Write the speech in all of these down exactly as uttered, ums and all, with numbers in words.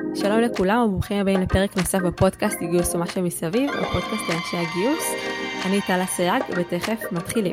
שלום לכולם וברוכים הבאים לפרק נוסף בפודקאסט גיוס ומה שמסביב, בפודקאסט לאנשי הגיוס. אני טל אסייג ותכף מתחילים.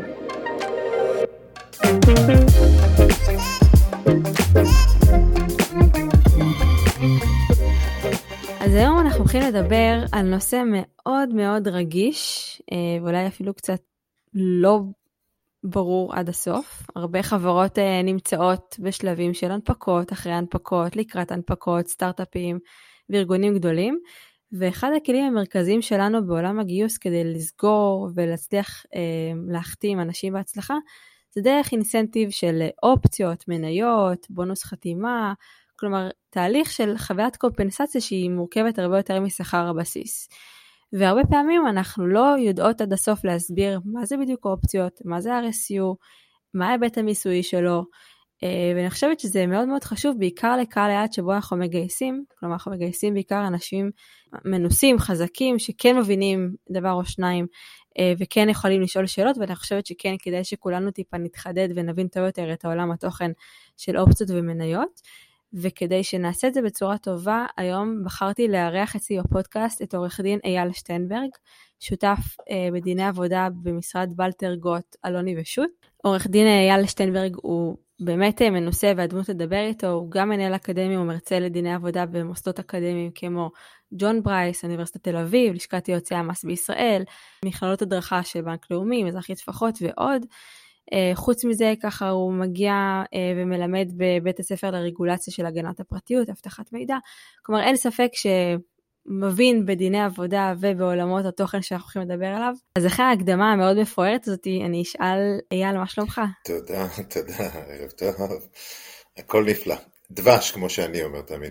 אז היום אנחנו הולכים לדבר על נושא מאוד מאוד רגיש, ואולי אפילו קצת לא ברור עד הסוף. הרבה חברות נמצאות בשלבים של הנפקות, אחרי הנפקות, לקראת הנפקות, סטארט-אפים וארגונים גדולים. ואחד הכלים המרכזיים שלנו בעולם הגיוס כדי לסגור ולהצליח אה, להחתים אנשים בהצלחה, זה דרך אינסנטיב של אופציות, מניות, בונוס חתימה, כלומר תהליך של חוויית קומפנסציה שהיא מורכבת הרבה יותר משכר הבסיס. והרבה פעמים אנחנו לא יודעות עד הסוף להסביר מה זה בדיוק האופציות, מה זה אר אס יו, מה ההיבט המיסויי שלו, ואני חושבת שזה מאוד מאוד חשוב, בעיקר לקהל היעד שבו אנחנו מגייסים, כלומר אנחנו מגייסים בעיקר אנשים מנוסים, חזקים, שכן מבינים דבר או שניים, וכן יכולים לשאול שאלות, ואני חושבת שכן כדאי שכולנו טיפה נתחדד ונבין טוב יותר את העולם התוכן של אופציות ומניות, וכדי שנעשה את זה בצורה טובה, היום בחרתי לארח אצלי בפודקאסט את עורך דין אייל שטיינברג, שותף אה, בדיני עבודה במשרד בלטר גוט, אלוני ושות'. עורך דין אייל שטיינברג הוא באמת מנוסה והדמות לדבר איתו, הוא גם מנהל אקדמי ומרצה לדיני עבודה במוסדות אקדמיים כמו ג'ון ברייס, אוניברסיטת תל אביב, לשכת יועצי המס בישראל, מכללות הדרכה של בנק לאומי, מזרחי טפחות ועוד. חוץ מזה ככה הוא מגיע ומלמד בבית הספר לרגולציה של הגנת הפרטיות, הבטחת מידע, כלומר אין ספק שמבין בדיני עבודה ובעולמות התוכן שאנחנו הולכים לדבר עליו. אז אחרי ההקדמה המאוד מפוארת הזאת, אני אשאל אייל, מה שלומך? תודה, תודה, ערב טוב, הכל נפלא, דבש כמו שאני אומר תמיד.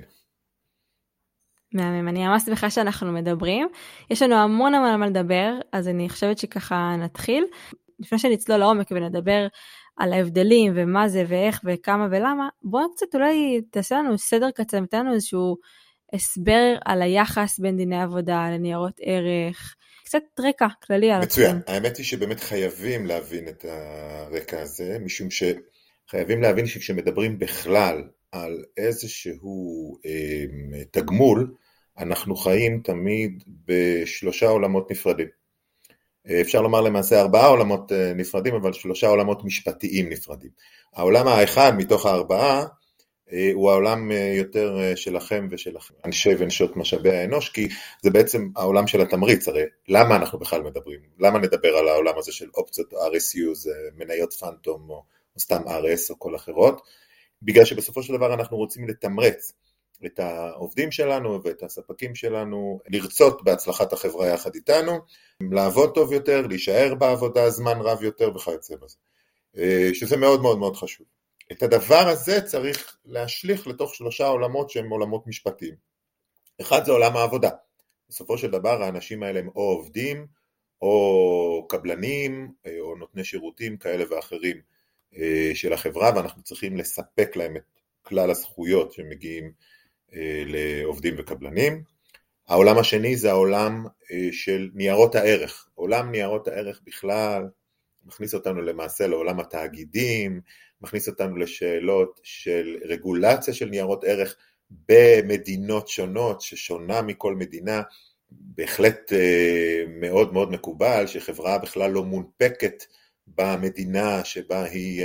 מהמם, אני ממש שמחה שאנחנו מדברים, יש לנו המון המון מה לדבר, אז אני חושבת שככה נתחיל. לפני שנצלול לעומק ונדבר על ההבדלים ומה זה ואיך וכמה ולמה, בואו קצת אולי תעשה לנו סדר קצר, נתן לנו איזשהו הסבר על היחס בין דיני עבודה לניירות ערך, קצת רקע כללי על התחום. מצוין, האמת היא שבאמת חייבים להבין את הרקע הזה, משום שחייבים להבין שכשמדברים בכלל על איזשהו אה, תגמול, אנחנו חיים תמיד בשלושה עולמות נפרדים. אפשר לומר למעשה ארבעה עולמות נפרדים, אבל שלושה עולמות משפטיים נפרדים. העולם האחד מתוך הארבעה, הוא העולם יותר שלכם ושלכם, אנשי ונשות משאבי האנוש, כי זה בעצם העולם של התמריץ, הרי למה אנחנו בכלל מדברים? למה נדבר על העולם הזה של אופציות אר אס יו, מניות פנטום, או, או סתם אר אס או כל אחרות? בגלל שבסופו של דבר אנחנו רוצים לתמרץ את העובדים שלנו ואת הספקים שלנו, לרצות בהצלחת החברה יחד איתנו, לעבוד טוב יותר, להישאר בעבודה זמן רב יותר וכיוצא בזה, שזה מאוד מאוד מאוד חשוב. את הדבר הזה צריך להשליך לתוך שלושה עולמות שהם עולמות משפטיים. אחד זה עולם העבודה. בסופו של דבר האנשים האלה הם או עובדים, או קבלנים, או נותני שירותים כאלה ואחרים של החברה, ואנחנו צריכים לספק להם את כלל הזכויות שמגיעים לעובדים וקבלנים. העולם השני זה העולם של ניירות הערך. עולם ניירות הערך בכלל מכניס אותנו למעשה לעולם התאגידים, מכניס אותנו לשאלות של רגולציה של ניירות ערך במדינות שונות, ששונה מכל מדינה. בהחלט מאוד מאוד מקובל שחברה בכלל לא מונפקת במדינה שבה היא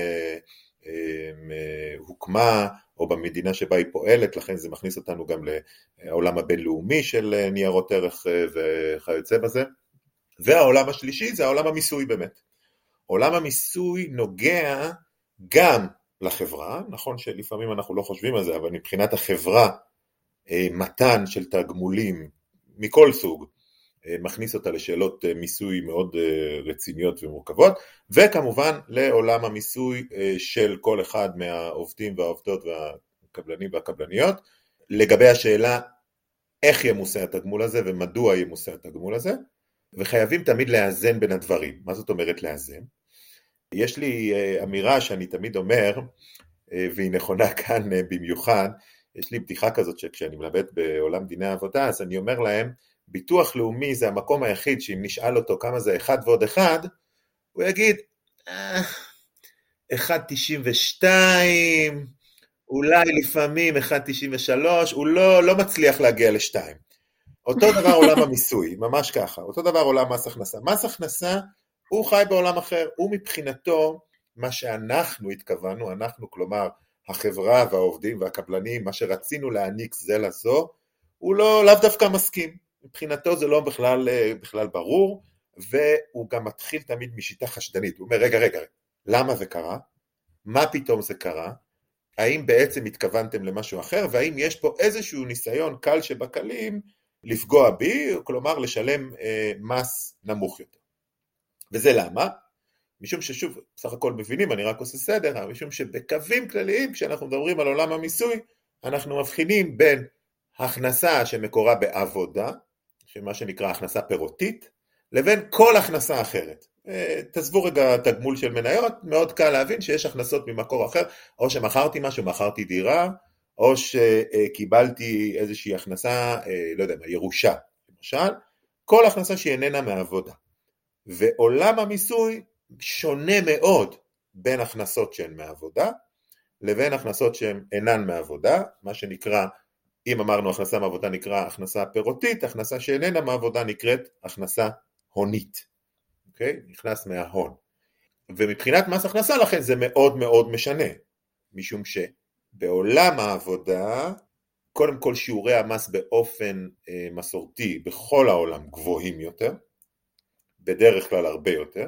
הוקמה, או במדינה שבה היא פועלת, לכן זה מכניס אותנו גם לעולם הבינלאומי של ניירות ערך וכיוצא בזה. והעולם השלישי זה העולם המיסוי באמת. עולם המיסוי נוגע גם לחברה, נכון שלפעמים אנחנו לא חושבים על זה, אבל מבחינת החברה, מתן של תגמולים מכל סוג, מכניס אותה לשאלות מיסוי מאוד רציניות ומורכבות, וכמובן לעולם המיסוי של כל אחד מהעובדים והעובדות והקבלנים והקבלניות, לגבי השאלה איך ימוסה התגמול הזה ומדוע ימוסה התגמול הזה, וחייבים תמיד לאזן בין הדברים. מה זאת אומרת לאזן? יש לי אמירה שאני תמיד אומר, והיא נכונה כאן במיוחד, יש לי בדיחה כזאת שכשאני מלמד בעולם דיני העבודה, אז אני אומר להם, ביטוח לאומי זה המקום היחיד שאם נשאל אותו כמה זה אחד ועוד אחד, הוא יגיד, אחד תשעים ושתיים, אולי לפעמים אחד נקודה תשעים ושלוש, הוא לא, לא מצליח להגיע לשתיים. אותו דבר עולם המיסוי, ממש ככה, אותו דבר עולם מס הכנסה. מס הכנסה הוא חי בעולם אחר, הוא מבחינתו מה שאנחנו התכוונו, אנחנו כלומר החברה והעובדים והקבלנים, מה שרצינו להעניק זה לזו, הוא לא, לאו דווקא מסכים, מבחינתו זה לא בכלל, בכלל ברור, והוא גם מתחיל תמיד משיטה חשדנית, הוא אומר רגע רגע, למה זה קרה? מה פתאום זה קרה? האם בעצם התכוונתם למשהו אחר, והאם יש פה איזשהו ניסיון קל שבקלים לפגוע בי, כלומר לשלם אה, מס נמוך יותר. וזה למה? משום ששוב, סך הכל מבינים, אני רק עושה סדר, משום שבקווים כלליים, כשאנחנו מדברים על עולם המיסוי, אנחנו מבחינים בין הכנסה שמקורה בעבודה, שמה שנקרא הכנסה פירותית, לבין כל הכנסה אחרת. תעזבו רגע תגמול של מניות, מאוד קל להבין שיש הכנסות ממקור אחר, או שמכרתי משהו, מכרתי דירה, או שקיבלתי איזושהי הכנסה, לא יודע מה, ירושה, למשל, כל הכנסה שהיא איננה מעבודה. ועולם המיסוי שונה מאוד בין הכנסות שהן מעבודה, לבין הכנסות שהן אינן מעבודה, מה שנקרא, אם אמרנו הכנסה מעבודה נקרא הכנסה פירותית, הכנסה שאיננה מעבודה נקראת הכנסה הונית. אוקיי? נכנס מההון. ומבחינת מס הכנסה לכן זה מאוד מאוד משנה, משום שבעולם העבודה, קודם כל שיעורי המס באופן אה, מסורתי בכל העולם גבוהים יותר, בדרך כלל הרבה יותר.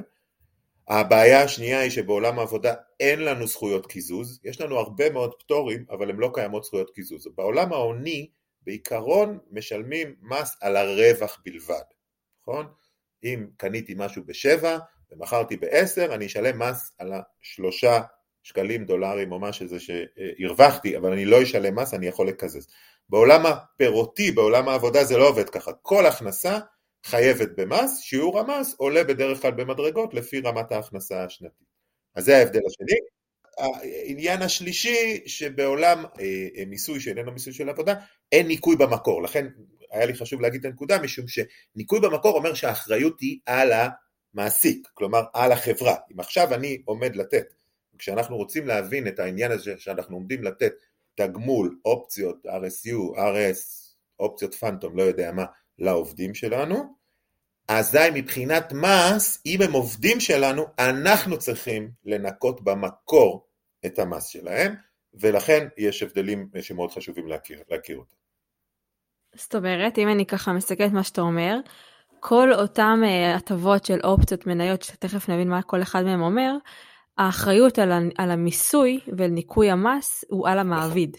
הבעיה השנייה היא שבעולם העבודה אין לנו זכויות קיזוז, יש לנו הרבה מאוד פטורים, אבל הם לא קיימות זכויות קיזוז. בעולם ההוני, בעיקרון משלמים מס על הרווח בלבד, נכון? אם קניתי משהו בשבע ומכרתי בעשר, אני אשלם מס על השלושה שקלים דולרים או משהו זה שהרווחתי, אבל אני לא אשלם מס, אני יכול לקזז. בעולם הפירותי, בעולם העבודה זה לא עובד ככה, כל הכנסה חייבת במס, שיעור המס עולה בדרך כלל במדרגות לפי רמת ההכנסה השנתית. אז זה ההבדל השני. העניין השלישי שבעולם אה, מיסוי שאיננו מיסוי של עבודה, אין ניקוי במקור, לכן היה לי חשוב להגיד את הנקודה, משום שניקוי במקור אומר שהאחריות היא על המעסיק, כלומר על החברה. אם עכשיו אני עומד לתת, כשאנחנו רוצים להבין את העניין הזה שאנחנו עומדים לתת תגמול, אופציות, אר אס יו, אר אס, אופציות פנטום, לא יודע מה, לעובדים שלנו, אזי מבחינת מס, אם הם עובדים שלנו, אנחנו צריכים לנקות במקור את המס שלהם, ולכן יש הבדלים שמאוד חשובים להכיר, להכיר אותם. זאת אומרת, אם אני ככה מסתכלת מה שאתה אומר, כל אותם הטבות של אופציות מניות, שתכף נבין מה כל אחד מהם אומר, האחריות על, על המיסוי ולניקוי המס הוא על המעביד.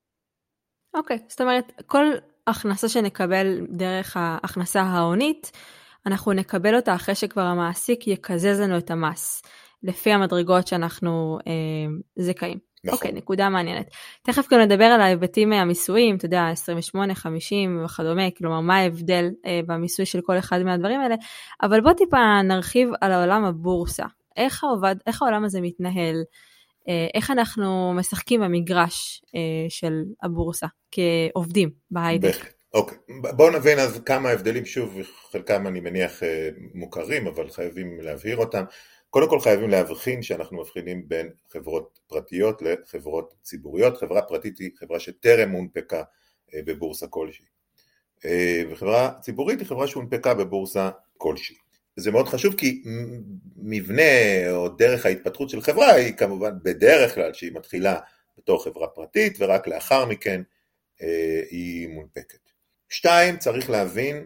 אוקיי, זאת אומרת, כל הכנסה שנקבל דרך ההכנסה ההונית, אנחנו נקבל אותה אחרי שכבר המעסיק יקזז לנו את המס, לפי המדרגות שאנחנו אה, זכאים. נכון. אוקיי, נקודה מעניינת. תכף גם נדבר על ההיבטים המיסויים, אתה יודע, עשרים ושמונה, חמישים וכדומה, כלומר, מה ההבדל אה, במיסוי של כל אחד מהדברים האלה, אבל בוא טיפה נרחיב על העולם הבורסה. איך העובד, איך העולם הזה מתנהל, אה, איך אנחנו משחקים במגרש אה, של הבורסה, כעובדים בהייטק. אוקיי, בואו נבין אז כמה הבדלים, שוב, חלקם אני מניח מוכרים, אבל חייבים להבהיר אותם. קודם כל חייבים להבחין שאנחנו מבחינים בין חברות פרטיות לחברות ציבוריות. חברה פרטית היא חברה שטרם הונפקה בבורסה כלשהי, וחברה ציבורית היא חברה שהונפקה בבורסה כלשהי. זה מאוד חשוב כי מבנה או דרך ההתפתחות של חברה היא כמובן בדרך כלל שהיא מתחילה בתור חברה פרטית, ורק לאחר מכן היא מונפקת. שתיים, צריך להבין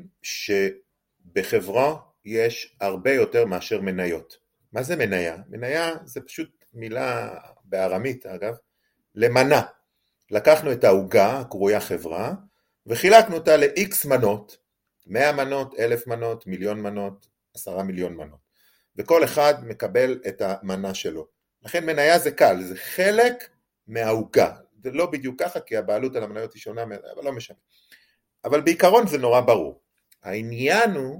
שבחברה יש הרבה יותר מאשר מניות. מה זה מניה? מניה זה פשוט מילה בארמית, אגב, למנה. לקחנו את העוגה, הקרויה חברה, וחילקנו אותה ל-X מנות, מאה מנות, אלף מנות, מיליון מנות, עשרה מיליון מנות. וכל אחד מקבל את המנה שלו. לכן מניה זה קל, זה חלק מהעוגה. זה לא בדיוק ככה, כי הבעלות על המניות היא שונה, אבל לא משנה. אבל בעיקרון זה נורא ברור. העניין הוא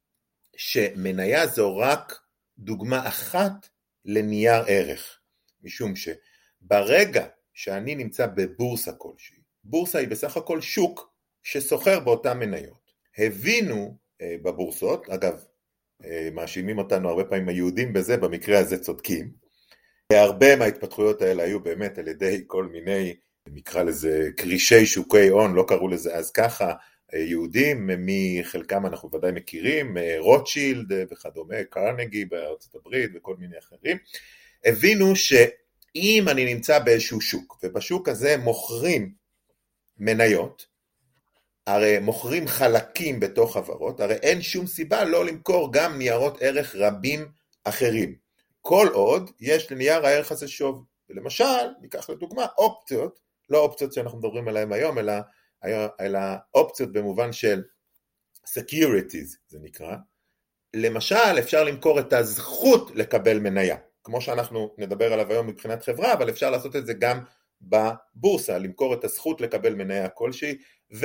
שמניה זו רק דוגמה אחת לנייר ערך, משום שברגע שאני נמצא בבורסה כלשהי, בורסה היא בסך הכל שוק שסוחר באותן מניות. הבינו אה, בבורסות, אגב, אה, מאשימים אותנו הרבה פעמים היהודים בזה, במקרה הזה צודקים, הרבה מההתפתחויות האלה היו באמת על ידי כל מיני, נקרא לזה קרישי שוקי הון, לא קראו לזה אז ככה, יהודים, מחלקם אנחנו ודאי מכירים, רוטשילד וכדומה, קרנגי בארצות הברית וכל מיני אחרים, הבינו שאם אני נמצא באיזשהו שוק, ובשוק הזה מוכרים מניות, הרי מוכרים חלקים בתוך חברות, הרי אין שום סיבה לא למכור גם ניירות ערך רבים אחרים. כל עוד יש לנייר הערך הזה שווי. ולמשל, ניקח לדוגמה אופציות, לא אופציות שאנחנו מדברים עליהן היום, אלא, אלא אופציות במובן של securities, זה נקרא. למשל, אפשר למכור את הזכות לקבל מניה, כמו שאנחנו נדבר עליו היום מבחינת חברה, אבל אפשר לעשות את זה גם בבורסה, למכור את הזכות לקבל מניה כלשהי,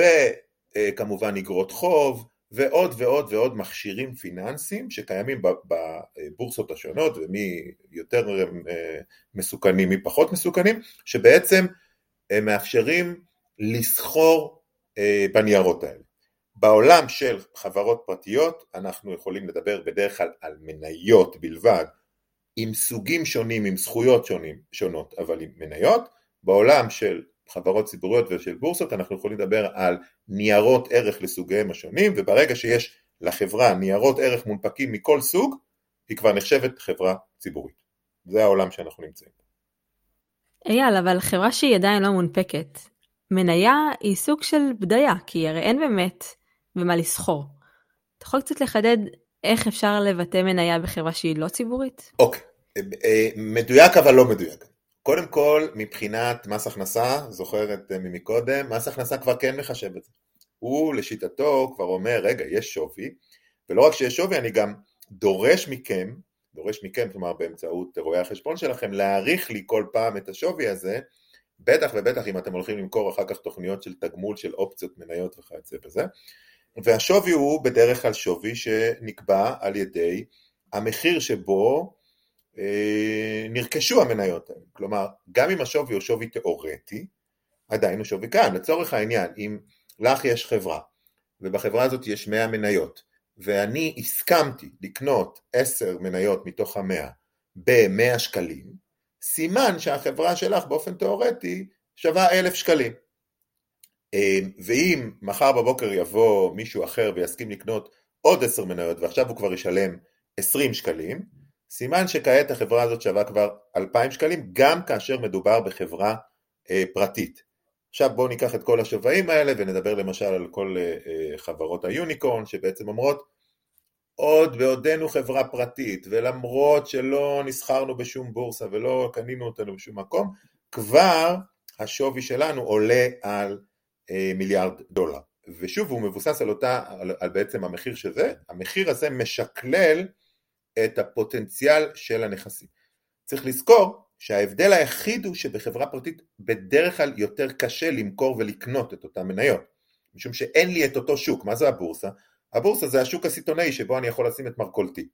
וכמובן אגרות חוב, ועוד ועוד ועוד מכשירים פיננסיים שקיימים בבורסות השונות, ומי יותר מסוכנים, מי פחות מסוכנים, שבעצם מאפשרים לסחור בניירות האלה. בעולם של חברות פרטיות, אנחנו יכולים לדבר בדרך כלל על מניות בלבד, עם סוגים שונים, עם זכויות שונים, שונות, אבל עם מניות. בעולם של חברות ציבוריות ושל בורסות, אנחנו יכולים לדבר על ניירות ערך לסוגיהם השונים, וברגע שיש לחברה ניירות ערך מונפקים מכל סוג, היא כבר נחשבת חברה ציבורית. זה העולם שאנחנו נמצאים. אייל, אבל חברה שהיא עדיין לא מונפקת, מניה היא סוג של בדיה, כי הרי אין באמת במה לסחור. אתה יכול קצת לחדד איך אפשר לבטא מניה בחברה שהיא לא ציבורית? אוקיי, מדויק אבל לא מדויק. קודם כל, מבחינת מס הכנסה, זוכרת ממקודם, מס הכנסה כבר כן מחשב את זה. הוא לשיטתו כבר אומר, רגע, יש שווי, ולא רק שיש שווי, אני גם דורש מכם, דורש מכם, כלומר באמצעות רואי החשבון שלכם, להעריך לי כל פעם את השווי הזה, בטח ובטח אם אתם הולכים למכור אחר כך תוכניות של תגמול, של אופציות, מניות וכיוצא בזה, והשווי הוא בדרך כלל שווי שנקבע על ידי המחיר שבו, נרכשו המניות האלה. כלומר, גם אם השווי הוא שווי תיאורטי, עדיין הוא שווי כאן. לצורך העניין, אם לך יש חברה, ובחברה הזאת יש מאה מניות, ואני הסכמתי לקנות עשר מניות מתוך המאה ב-מאה שקלים, סימן שהחברה שלך באופן תיאורטי שווה אלף שקלים. ואם מחר בבוקר יבוא מישהו אחר ויסכים לקנות עוד עשר מניות, ועכשיו הוא כבר ישלם עשרים שקלים, סימן שכעת החברה הזאת שווה כבר אלפיים שקלים, גם כאשר מדובר בחברה אה, פרטית. עכשיו בואו ניקח את כל השווים האלה, ונדבר למשל על כל אה, חברות היוניקורן, שבעצם אומרות, עוד ועודנו חברה פרטית, ולמרות שלא נסחרנו בשום בורסה, ולא קנינו אותנו בשום מקום, כבר השווי שלנו עולה על אה, מיליארד דולר. ושוב, הוא מבוסס על אותה, על, על בעצם המחיר שזה, המחיר הזה משקלל, את הפוטנציאל של הנכסים. צריך לזכור שההבדל היחיד הוא שבחברה פרטית בדרך כלל יותר קשה למכור ולקנות את אותם מניות, משום שאין לי את אותו שוק. מה זה הבורסה? הבורסה זה השוק הסיטונאי שבו אני יכול לשים את מרכולתי.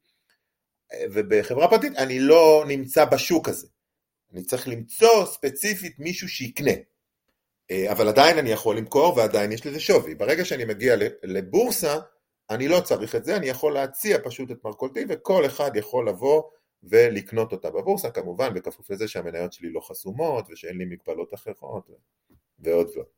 ובחברה פרטית אני לא נמצא בשוק הזה. אני צריך למצוא ספציפית מישהו שיקנה. אבל עדיין אני יכול למכור ועדיין יש לזה שווי. ברגע שאני מגיע לבורסה, אני לא צריך את זה, אני יכול להציע פשוט את מרכולתי, וכל אחד יכול לבוא ולקנות אותה בבורסה, כמובן, בכפוף לזה שהמניות שלי לא חסומות, ושאין לי מגבלות אחרות, ועוד ועוד.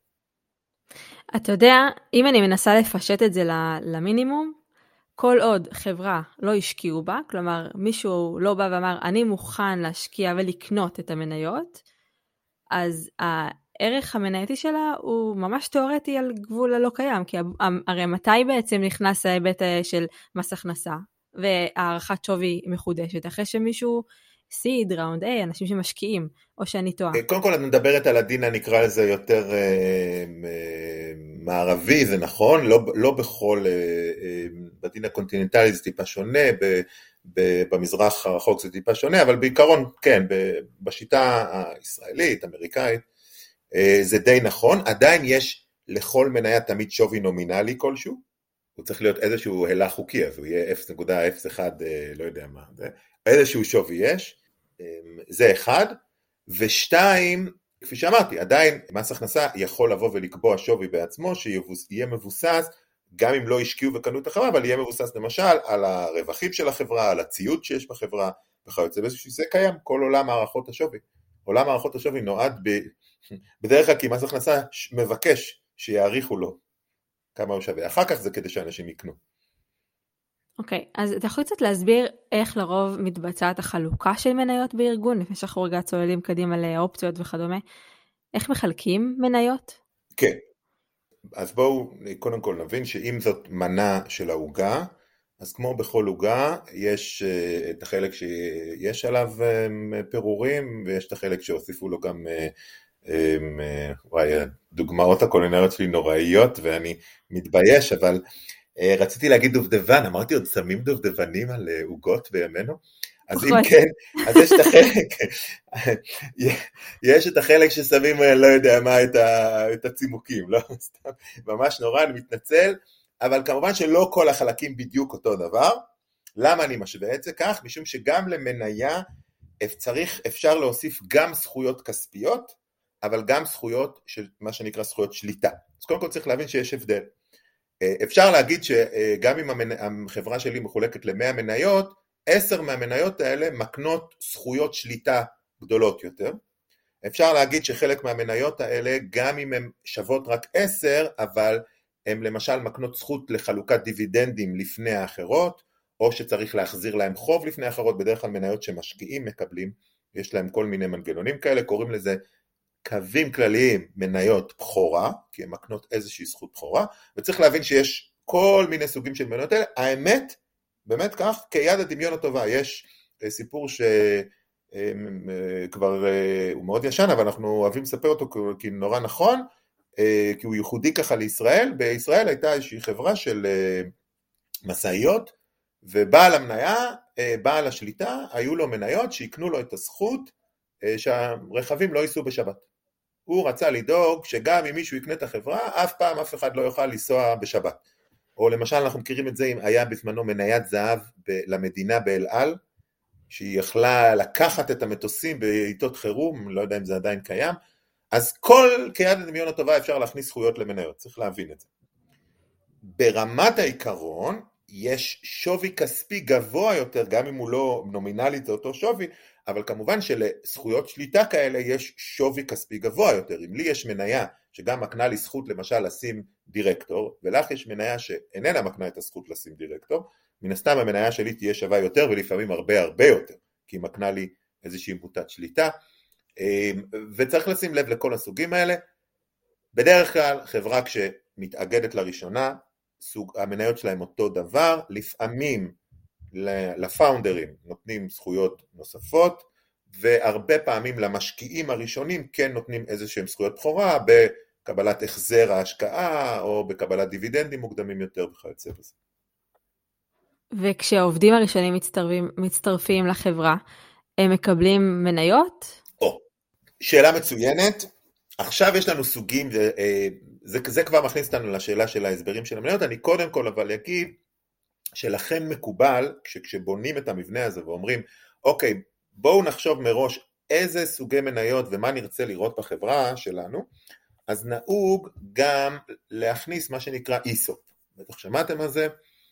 אתה יודע, אם אני מנסה לפשט את זה למינימום, כל עוד חברה לא השקיעו בה, כלומר, מישהו לא בא ואמר, אני מוכן להשקיע ולקנות את המניות, אז הערך המנייתי שלה הוא ממש תיאורטי על גבול הלא קיים, כי הרי מתי בעצם נכנס ההיבט של מס הכנסה, והערכת שווי מחודשת, אחרי שמישהו סיד, ראונד איי, אנשים שמשקיעים, או שאני טועה. קודם כל את מדברת על הדין, נקרא לזה יותר אה, אה, מערבי, זה נכון, לא, לא בכל, אה, אה, בדין הקונטיננטלי זה טיפה שונה, ב, ב, במזרח הרחוק זה טיפה שונה, אבל בעיקרון כן, ב, בשיטה הישראלית, אמריקאית, אה, זה די נכון, עדיין יש לכל מניה תמיד שווי נומינלי כלשהו, הוא צריך להיות איזשהו הילה חוקי, אז הוא יהיה אפס נקודה אפס אחת, לא יודע מה, זה, איזשהו שווי יש, זה אחד, ושתיים, כפי שאמרתי, עדיין מס הכנסה יכול לבוא ולקבוע שווי בעצמו, שיהיה מבוסס, גם אם לא השקיעו וקנו את החברה, אבל יהיה מבוסס למשל על הרווחים של החברה, על הציוד שיש בחברה, וכיוצא בזה, שזה קיים כל עולם מערכות השווי. עולם מערכות השווי נועד ב... בדרך כלל כי מס הכנסה מבקש שיעריכו לו כמה הוא שווה. אחר כך זה כדי שאנשים יקנו. אוקיי, okay, אז אתה יכול קצת להסביר איך לרוב מתבצעת החלוקה של מניות בארגון, לפני שאנחנו רגע צוללים קדימה לאופציות וכדומה. איך מחלקים מניות? כן, אז בואו קודם כל נבין שאם זאת מנה של העוגה, אז כמו בכל עוגה, יש את החלק שיש עליו פירורים, ויש את החלק שהוסיפו לו גם, וואי, הדוגמאות הקולינריות שלי נוראיות, ואני מתבייש, אבל רציתי להגיד דובדבן, אמרתי עוד שמים דובדבנים על עוגות בימינו, אז אם כן, אז יש את החלק, יש את החלק ששמים, לא יודע מה, את הצימוקים, לא? ממש נורא, אני מתנצל, אבל כמובן שלא כל החלקים בדיוק אותו דבר. למה אני משווה את זה כך? משום שגם למניה צריך, אפשר להוסיף גם זכויות כספיות, אבל גם זכויות של מה שנקרא זכויות שליטה. אז קודם כל צריך להבין שיש הבדל. אפשר להגיד שגם אם החברה שלי מחולקת ל-מאה מניות, עשר מהמניות האלה מקנות זכויות שליטה גדולות יותר. אפשר להגיד שחלק מהמניות האלה, גם אם הן שוות רק עשר, אבל הן למשל מקנות זכות לחלוקת דיבידנדים לפני האחרות, או שצריך להחזיר להם חוב לפני האחרות, בדרך כלל מניות שמשקיעים מקבלים, יש להם כל מיני מנגנונים כאלה, קוראים לזה קווים כלליים מניות בחורה, כי הן מקנות איזושהי זכות בחורה, וצריך להבין שיש כל מיני סוגים של מניות האלה, האמת, באמת כך, כיד הדמיון הטובה, יש סיפור שכבר הוא מאוד ישן, אבל אנחנו אוהבים לספר אותו כי נורא נכון, כי הוא ייחודי ככה לישראל. בישראל הייתה איזושהי חברה של מסעיות, ובעל המניה, בעל השליטה, היו לו מניות שיקנו לו את הזכות שהרכבים לא ייסעו בשבת. הוא רצה לדאוג שגם אם מישהו יקנה את החברה, אף פעם אף אחד לא יוכל לנסוע בשבת. או למשל אנחנו מכירים את זה אם היה בזמנו מניית זהב למדינה באל על, שהיא יכלה לקחת את המטוסים בעיתות חירום, לא יודע אם זה עדיין קיים, אז כל כיד הדמיון הטובה אפשר להכניס זכויות למניות, צריך להבין את זה. ברמת העיקרון, יש שווי כספי גבוה יותר, גם אם הוא לא נומינלית זה אותו שווי, אבל כמובן שלזכויות שליטה כאלה יש שווי כספי גבוה יותר. אם לי יש מניה שגם מקנה לי זכות למשל לשים דירקטור, ולך יש מניה שאיננה מקנה את הזכות לשים דירקטור, מן הסתם המניה שלי תהיה שווה יותר ולפעמים הרבה הרבה יותר, כי היא מקנה לי איזושהי מוטת שליטה, וצריך לשים לב לכל הסוגים האלה. בדרך כלל חברה כשמתאגדת לראשונה, סוג, המניות שלהם אותו דבר, לפעמים לפאונדרים נותנים זכויות נוספות, והרבה פעמים למשקיעים הראשונים כן נותנים איזשהם זכויות בחורה, בקבלת החזר ההשקעה, או בקבלת דיבידנדים מוקדמים יותר וכיוצא בזה. וכשהעובדים הראשונים מצטרפים, מצטרפים לחברה, הם מקבלים מניות? או, שאלה מצוינת. עכשיו יש לנו סוגים, זה, זה, זה כבר מכניס אותנו לשאלה של ההסברים של המניות. אני קודם כל אבל אגיד, שלכן מקובל, כשבונים את המבנה הזה ואומרים, אוקיי, בואו נחשוב מראש איזה סוגי מניות ומה נרצה לראות בחברה שלנו, אז נהוג גם להכניס מה שנקרא איסופ. בטח שמעתם על זה,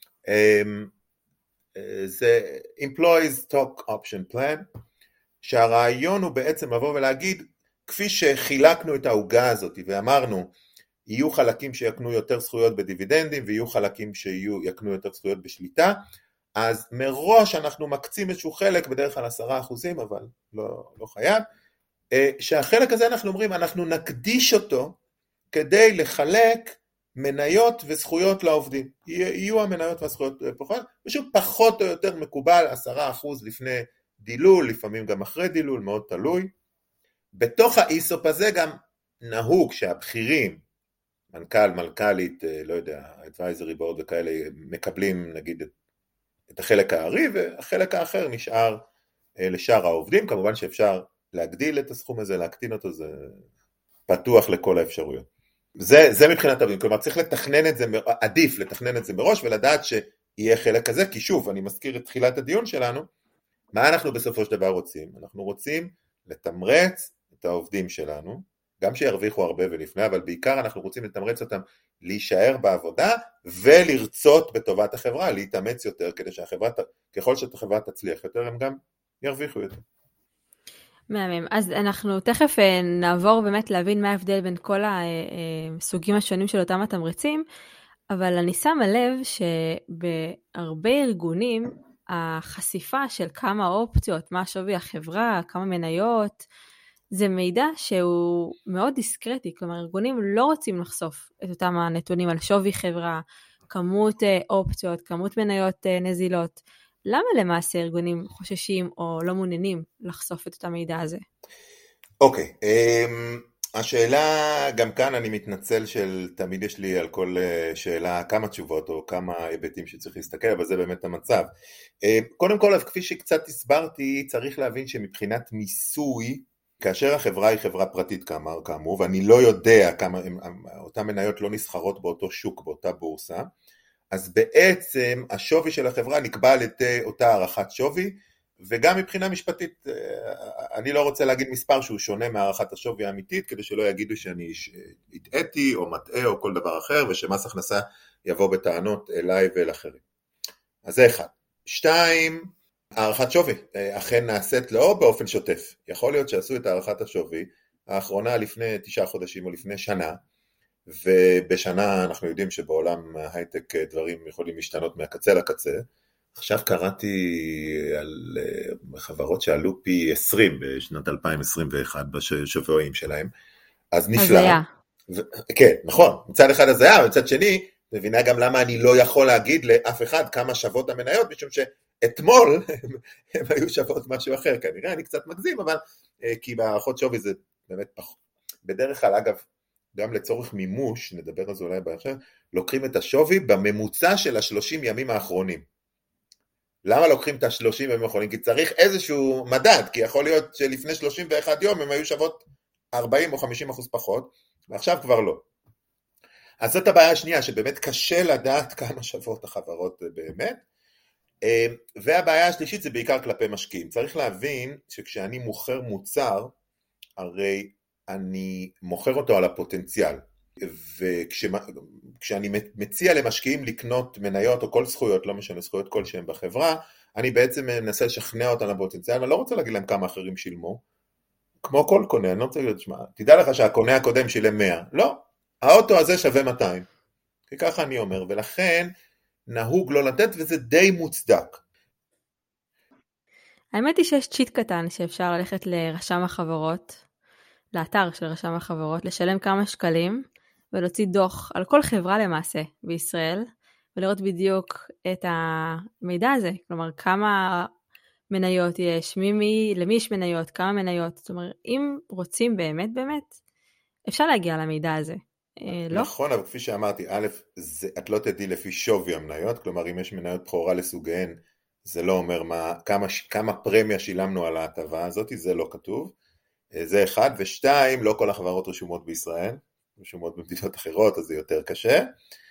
זה Employees Stock Option Plan, שהרעיון הוא בעצם לבוא ולהגיד, כפי שחילקנו את העוגה הזאת ואמרנו, יהיו חלקים שיקנו יותר זכויות בדיבידנדים, ויהיו חלקים שיקנו יותר זכויות בשליטה, אז מראש אנחנו מקצים איזשהו חלק, בדרך כלל עשרה אחוזים, אבל לא, לא חייב, שהחלק הזה אנחנו אומרים, אנחנו נקדיש אותו, כדי לחלק מניות וזכויות לעובדים. יהיו המניות והזכויות פחות, ושוב פחות או יותר מקובל, עשרה אחוז לפני דילול, לפעמים גם אחרי דילול, מאוד תלוי. בתוך האיסופ הזה גם נהוג שהבחירים, מנכ"ל, מנכ"לית, לא יודע, advisory board וכאלה, מקבלים נגיד את החלק הארי, והחלק האחר נשאר לשאר העובדים. כמובן שאפשר להגדיל את הסכום הזה, להקטין אותו, זה פתוח לכל האפשרויות. זה, זה מבחינת העובדים, כלומר צריך לתכנן את זה, עדיף לתכנן את זה מראש, ולדעת שיהיה חלק כזה, כי שוב, אני מזכיר את תחילת הדיון שלנו, מה אנחנו בסופו של דבר רוצים? אנחנו רוצים לתמרץ את העובדים שלנו, גם שירוויחו הרבה ולפני, אבל בעיקר אנחנו רוצים לתמרץ אותם להישאר בעבודה, ולרצות בטובת החברה, להתאמץ יותר, כדי שהחברה, ככל שהחברה תצליח יותר, הם גם ירוויחו יותר. מהמם. אז אנחנו תכף נעבור באמת להבין מה ההבדל בין כל הסוגים השונים של אותם התמריצים, אבל אני שמה לב שבהרבה ארגונים, החשיפה של כמה אופציות, מה שווי החברה, כמה מניות, זה מידע שהוא מאוד דיסקרטי, כלומר ארגונים לא רוצים לחשוף את אותם הנתונים על שווי חברה, כמות אופציות, כמות מניות נזילות. למה למעשה ארגונים חוששים או לא מעוניינים לחשוף את אותה מידע הזה? אוקיי, השאלה, גם כאן אני מתנצל של תמיד יש לי על כל שאלה כמה תשובות או כמה היבטים שצריך להסתכל, אבל זה באמת המצב. קודם כל, כפי שקצת הסברתי, צריך להבין שמבחינת מיסוי, כאשר החברה היא חברה פרטית כאמר, כאמור, ואני לא יודע כמה, אותן מניות לא נסחרות באותו שוק, באותה בורסה, אז בעצם השווי של החברה נקבע על ידי אותה הערכת שווי, וגם מבחינה משפטית, אני לא רוצה להגיד מספר שהוא שונה מהערכת השווי האמיתית, כדי שלא יגידו שאני התאתי או מטעה או כל דבר אחר, ושמס הכנסה יבוא בטענות אליי ואל אחרים. אז זה אחד. שתיים, הערכת שווי אכן נעשית לא באופן שוטף. יכול להיות שעשו את הערכת השווי האחרונה לפני תשעה חודשים או לפני שנה, ובשנה אנחנו יודעים שבעולם ההייטק דברים יכולים להשתנות מהקצה לקצה. עכשיו קראתי על חברות שעלו פי עשרים בשנת אלפיים עשרים ואחת בשווים שלהם, אז נפלא. הזיה. ו- כן, נכון, מצד אחד הזיה, ומצד שני, מבינה גם למה אני לא יכול להגיד לאף אחד כמה שוות המניות, משום שאתמול הם, הם היו שוות משהו אחר, כנראה אני קצת מגזים, אבל כי בהערכות שווי זה באמת פחות. בדרך כלל, אגב, גם לצורך מימוש, נדבר על זה אולי באחר, לוקחים את השווי בממוצע של השלושים ימים האחרונים. למה לוקחים את השלושים ימים האחרונים? כי צריך איזשהו מדד, כי יכול להיות שלפני שלושים ואחד יום הם היו שוות ארבעים או חמישים אחוז פחות, ועכשיו כבר לא. אז זאת הבעיה השנייה, שבאמת קשה לדעת כמה שוות החברות באמת, והבעיה השלישית זה בעיקר כלפי משקיעים. צריך להבין שכשאני מוכר מוצר, הרי אני מוכר אותו על הפוטנציאל, וכשאני מציע למשקיעים לקנות מניות או כל זכויות, לא משנה זכויות כלשהם בחברה, אני בעצם מנסה לשכנע אותם לפוטנציאל, אני לא רוצה להגיד להם כמה אחרים שילמו, כמו כל קונה, אני לא רוצה להגיד, שמה, תדע לך שהקונה הקודם שילם מאה, לא, האוטו הזה שווה מאתיים, כי ככה אני אומר, ולכן נהוג לא לתת, וזה די מוצדק. האמת היא שיש צ'יט קטן שאפשר ללכת לרשם החברות, לאתר של רשם החברות, לשלם כמה שקלים, ולהוציא דוח על כל חברה למעשה בישראל, ולראות בדיוק את המידע הזה, כלומר כמה מניות יש, מי, מי, למי יש מניות, כמה מניות, זאת אומרת, אם רוצים באמת באמת, אפשר להגיע למידע הזה, לא? נכון, אבל כפי שאמרתי, א', זה, את לא תדעי לפי שווי המניות, כלומר אם יש מניות בחורה לסוגיהן, זה לא אומר מה, כמה, כמה פרמיה שילמנו על ההטבה הזאת, זה לא כתוב, זה אחד, ושתיים, לא כל החברות רשומות בישראל, רשומות במדינות אחרות, אז זה יותר קשה,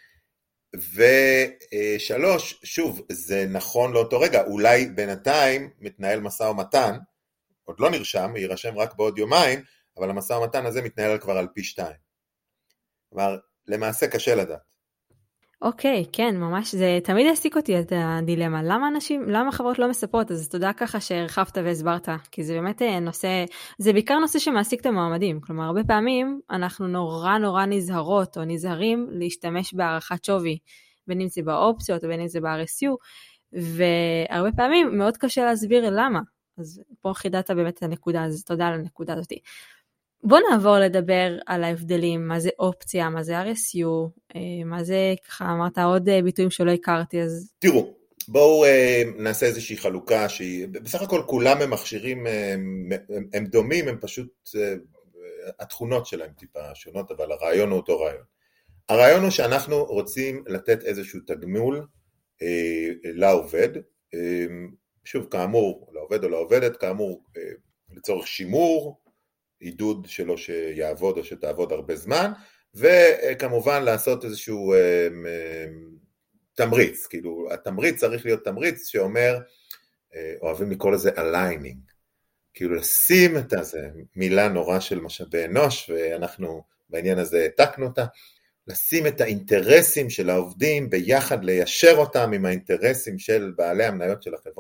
ושלוש, שוב, זה נכון לאותו רגע, אולי בינתיים מתנהל משא ומתן, עוד לא נרשם, יירשם רק בעוד יומיים, אבל המשא ומתן הזה מתנהל כבר על פי שתיים. כלומר, למעשה קשה לדעת. אוקיי, כן, ממש, זה תמיד יעסיק אותי את הדילמה, למה אנשים, למה חברות לא מספרות, אז תודה ככה שהרחבת והסברת, כי זה באמת נושא, זה בעיקר נושא שמעסיק את המועמדים, כלומר, הרבה פעמים אנחנו נורא נורא נזהרות או נזהרים להשתמש בהערכת שווי, בין אם זה באופציות או בין אם זה ב-אר אס יו, והרבה פעמים מאוד קשה להסביר למה, אז פה חידדת באמת את הנקודה, אז תודה על הנקודה הזאת. בוא נעבור לדבר על ההבדלים, מה זה אופציה, מה זה אר אס יו, מה זה, ככה אמרת עוד ביטויים שלא הכרתי, אז... תראו, בואו נעשה איזושהי חלוקה שהיא, בסך הכל כולם הם מכשירים, הם, הם דומים, הם פשוט, התכונות שלהם טיפה שונות, אבל הרעיון הוא אותו רעיון. הרעיון הוא שאנחנו רוצים לתת איזשהו תגמול אה, לעובד, אה, שוב, כאמור, לעובד או לעובדת, כאמור, אה, לצורך שימור, עידוד שלו שיעבוד או שתעבוד הרבה זמן, וכמובן לעשות איזשהו אה, אה, תמריץ, כאילו התמריץ צריך להיות תמריץ שאומר, אה, אוהבים לקרוא לזה aligning, כאילו לשים את זה, מילה נורא של משאבי אנוש, ואנחנו בעניין הזה העתקנו אותה, לשים את האינטרסים של העובדים ביחד, ליישר אותם עם האינטרסים של בעלי המניות של החברה,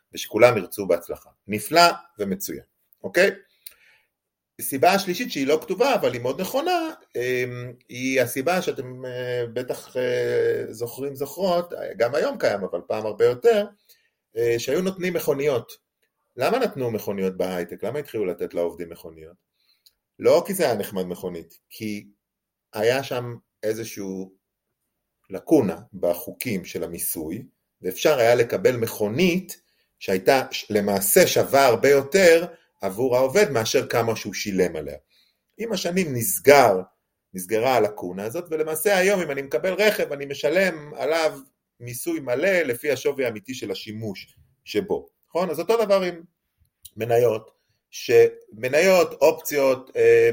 ושכולם ירצו בהצלחה. נפלא ומצוין, אוקיי? הסיבה השלישית שהיא לא כתובה, אבל היא מאוד נכונה, היא הסיבה שאתם בטח זוכרים זוכרות, גם היום קיים, אבל פעם הרבה יותר, שהיו נותנים מכוניות. למה נתנו מכוניות בהייטק? למה התחילו לתת לעובדים מכוניות? לא כי זה היה נחמד מכונית, כי היה שם איזשהו לקונה בחוקים של המיסוי, ואפשר היה לקבל מכונית שהייתה למעשה שווה הרבה יותר עבור העובד מאשר כמה שהוא שילם עליה. עם השנים נסגר, נסגרה הלקונה הזאת, ולמעשה היום אם אני מקבל רכב אני משלם עליו מיסוי מלא לפי השווי האמיתי של השימוש שבו. נכון? אז אותו דבר עם מניות, שמניות, אופציות,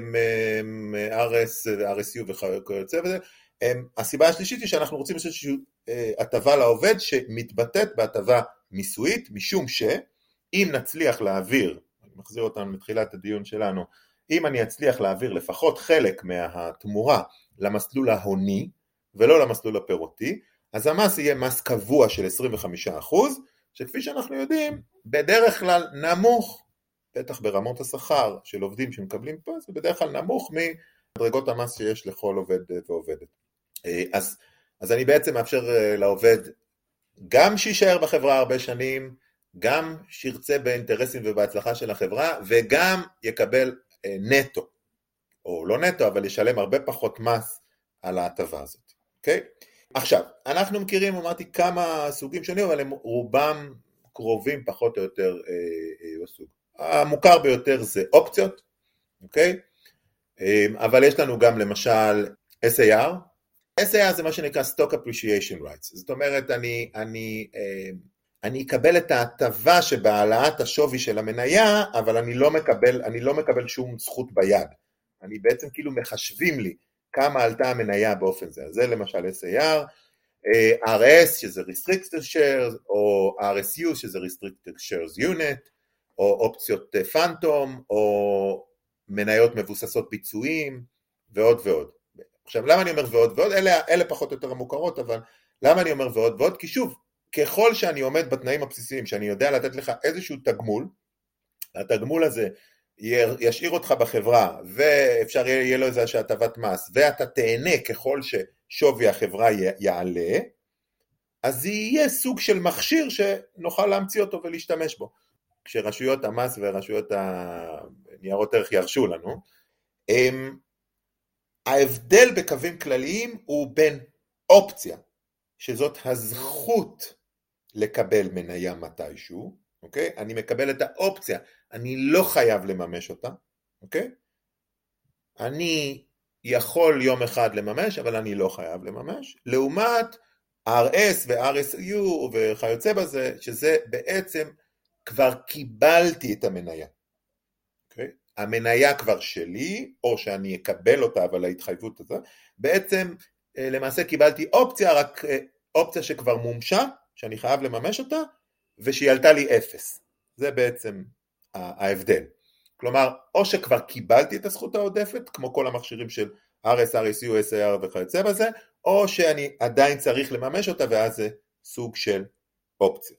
אר אס, אר אס יו וכיוצא וזה, הסיבה השלישית היא שאנחנו רוצים איזושהי הטבה לעובד שמתבטאת בהטבה מיסויית, משום שאם נצליח להעביר, אני מחזיר אותנו מתחילת הדיון שלנו, אם אני אצליח להעביר לפחות חלק מהתמורה למסלול ההוני ולא למסלול הפירותי, אז המס יהיה מס קבוע של עשרים וחמישה אחוז, שכפי שאנחנו יודעים, בדרך כלל נמוך, בטח ברמות השכר של עובדים שמקבלים פה, זה בדרך כלל נמוך מדרגות המס שיש לכל עובד ועובדת. אז, אז אני בעצם מאפשר לעובד גם שישאר בחברה הרבה שנים, גם שירצה באינטרסים ובהצלחה של החברה, וגם יקבל נטו, או לא נטו, אבל ישלם הרבה פחות מס על ההטבה הזאת. אוקיי? עכשיו, אנחנו מכירים, אמרתי, כמה סוגים שונים, אבל הם רובם קרובים פחות או יותר בסוג. המוכר ביותר זה אופציות, אוקיי? אבל יש לנו גם למשל אס איי אר. אס איי אר זה מה שנקרא Stock Appreciation Rights. זאת אומרת, אני, אני, אני אקבל את ההטבה שבהעלאת השווי של המניה, אבל אני לא מקבל, אני לא מקבל שום זכות ביד. אני בעצם כאילו מחשבים לי כמה עלתה המניה באופן זה. אז זה למשל אס איי אר, אר אס שזה Restricted Shares, או אר אס יו שזה Restricted Shares Unit, או אופציות פנטום, או מניות מבוססות ביצועים, ועוד ועוד. עכשיו, למה אני אומר ועוד ועוד? אלה, אלה פחות או יותר המוכרות, אבל למה אני אומר ועוד ועוד? כי שוב, ככל שאני עומד בתנאים הבסיסיים, שאני יודע לתת לך איזשהו תגמול, התגמול הזה ישאיר אותך בחברה, ואפשר יהיה לו איזושהי הטבת מס, ואתה תהנה ככל ששווי החברה יעלה, אז זה יהיה סוג של מכשיר שנוכל להמציא אותו ולהשתמש בו. כשרשויות המס ורשויות הניירות ערך ירשו לנו, הם, ההבדל בקווים כלליים הוא בין אופציה, שזאת הזכות לקבל מניה מתישהו, אוקיי? אני מקבל את האופציה, אני לא חייב לממש אותה, אוקיי? אני יכול יום אחד לממש, אבל אני לא חייב לממש, לעומת אר אס ו-אר אס יו וכיוצא בזה, שזה בעצם כבר קיבלתי את המניה, אוקיי? המניה כבר שלי, או שאני אקבל אותה, אבל ההתחייבות הזאת, בעצם למעשה קיבלתי אופציה, רק אופציה שכבר מומשה, שאני חייב לממש אותה, ושהיא עלתה לי אפס. זה בעצם ההבדל. כלומר, או שכבר קיבלתי את הזכות העודפת, כמו כל המכשירים של אר אס, אר אס יו, אס איי אר וכיוצא בזה, או שאני עדיין צריך לממש אותה, ואז זה סוג של אופציה.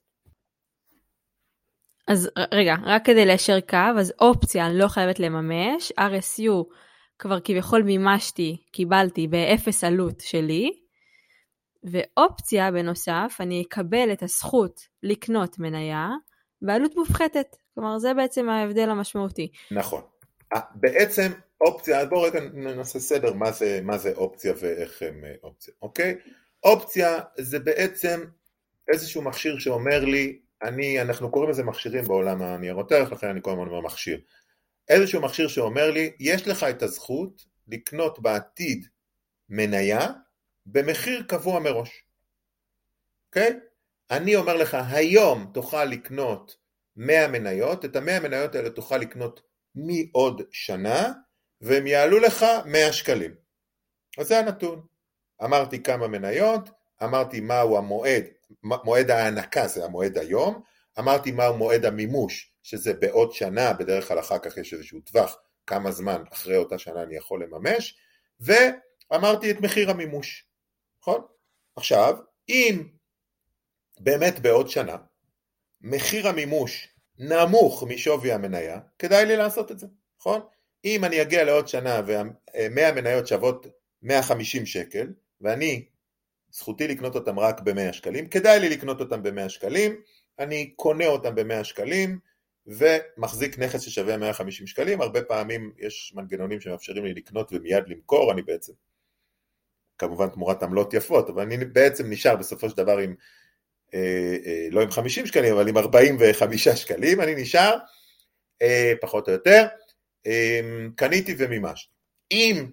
אז רגע, רק כדי ליישר קו, אז אופציה אני לא חייבת לממש, אר אס יו כבר כביכול מימשתי, קיבלתי באפס עלות שלי, ואופציה בנוסף, אני אקבל את הזכות לקנות מניה, בעלות מופחתת, כלומר זה בעצם ההבדל המשמעותי. נכון, בעצם אופציה, בואו רגע ננסה סדר מה זה, מה זה אופציה ואיך הם אופציה, אוקיי? אופציה זה בעצם איזשהו מכשיר שאומר לי, אני, אנחנו קוראים לזה מכשירים בעולם הניירות ערך, לכן אני קוראים לזה מכשיר. איזשהו מכשיר שאומר לי, יש לך את הזכות לקנות בעתיד מניה, במחיר קבוע מראש. אוקיי? אני אומר לך, היום תוכל לקנות מאה מניות, את ה-מאה מניות האלה תוכל לקנות מעוד שנה, והם יעלו לך מאה שקלים. אז זה הנתון. אמרתי כמה מניות, אמרתי מהו המועד, מועד ההענקה זה המועד היום, אמרתי מהו מועד המימוש, שזה בעוד שנה, בדרך כלל אחר כך יש איזשהו טווח, כמה זמן אחרי אותה שנה אני יכול לממש, ואמרתי את מחיר המימוש. נכון? עכשיו, אם באמת בעוד שנה, מחיר המימוש נמוך משווי המניה, כדאי לי לעשות את זה, נכון? אם אני אגיע לעוד שנה ו-מאה מניות שוות מאה וחמישים שקל, ואני, זכותי לקנות אותם רק ב-מאה שקלים, כדאי לי לקנות אותם ב-מאה שקלים, אני קונה אותם ב-מאה שקלים, ומחזיק נכס ששווה מאה וחמישים שקלים, הרבה פעמים יש מנגנונים שמאפשרים לי לקנות ומיד למכור, אני בעצם, כמובן תמורת עמלות יפות, אבל אני בעצם נשאר בסופו של דבר עם, אה, אה, לא עם חמישים שקלים, אבל עם ארבעים וחמישה שקלים, אני נשאר, אה, פחות או יותר, אה, קניתי ומימשתי. אם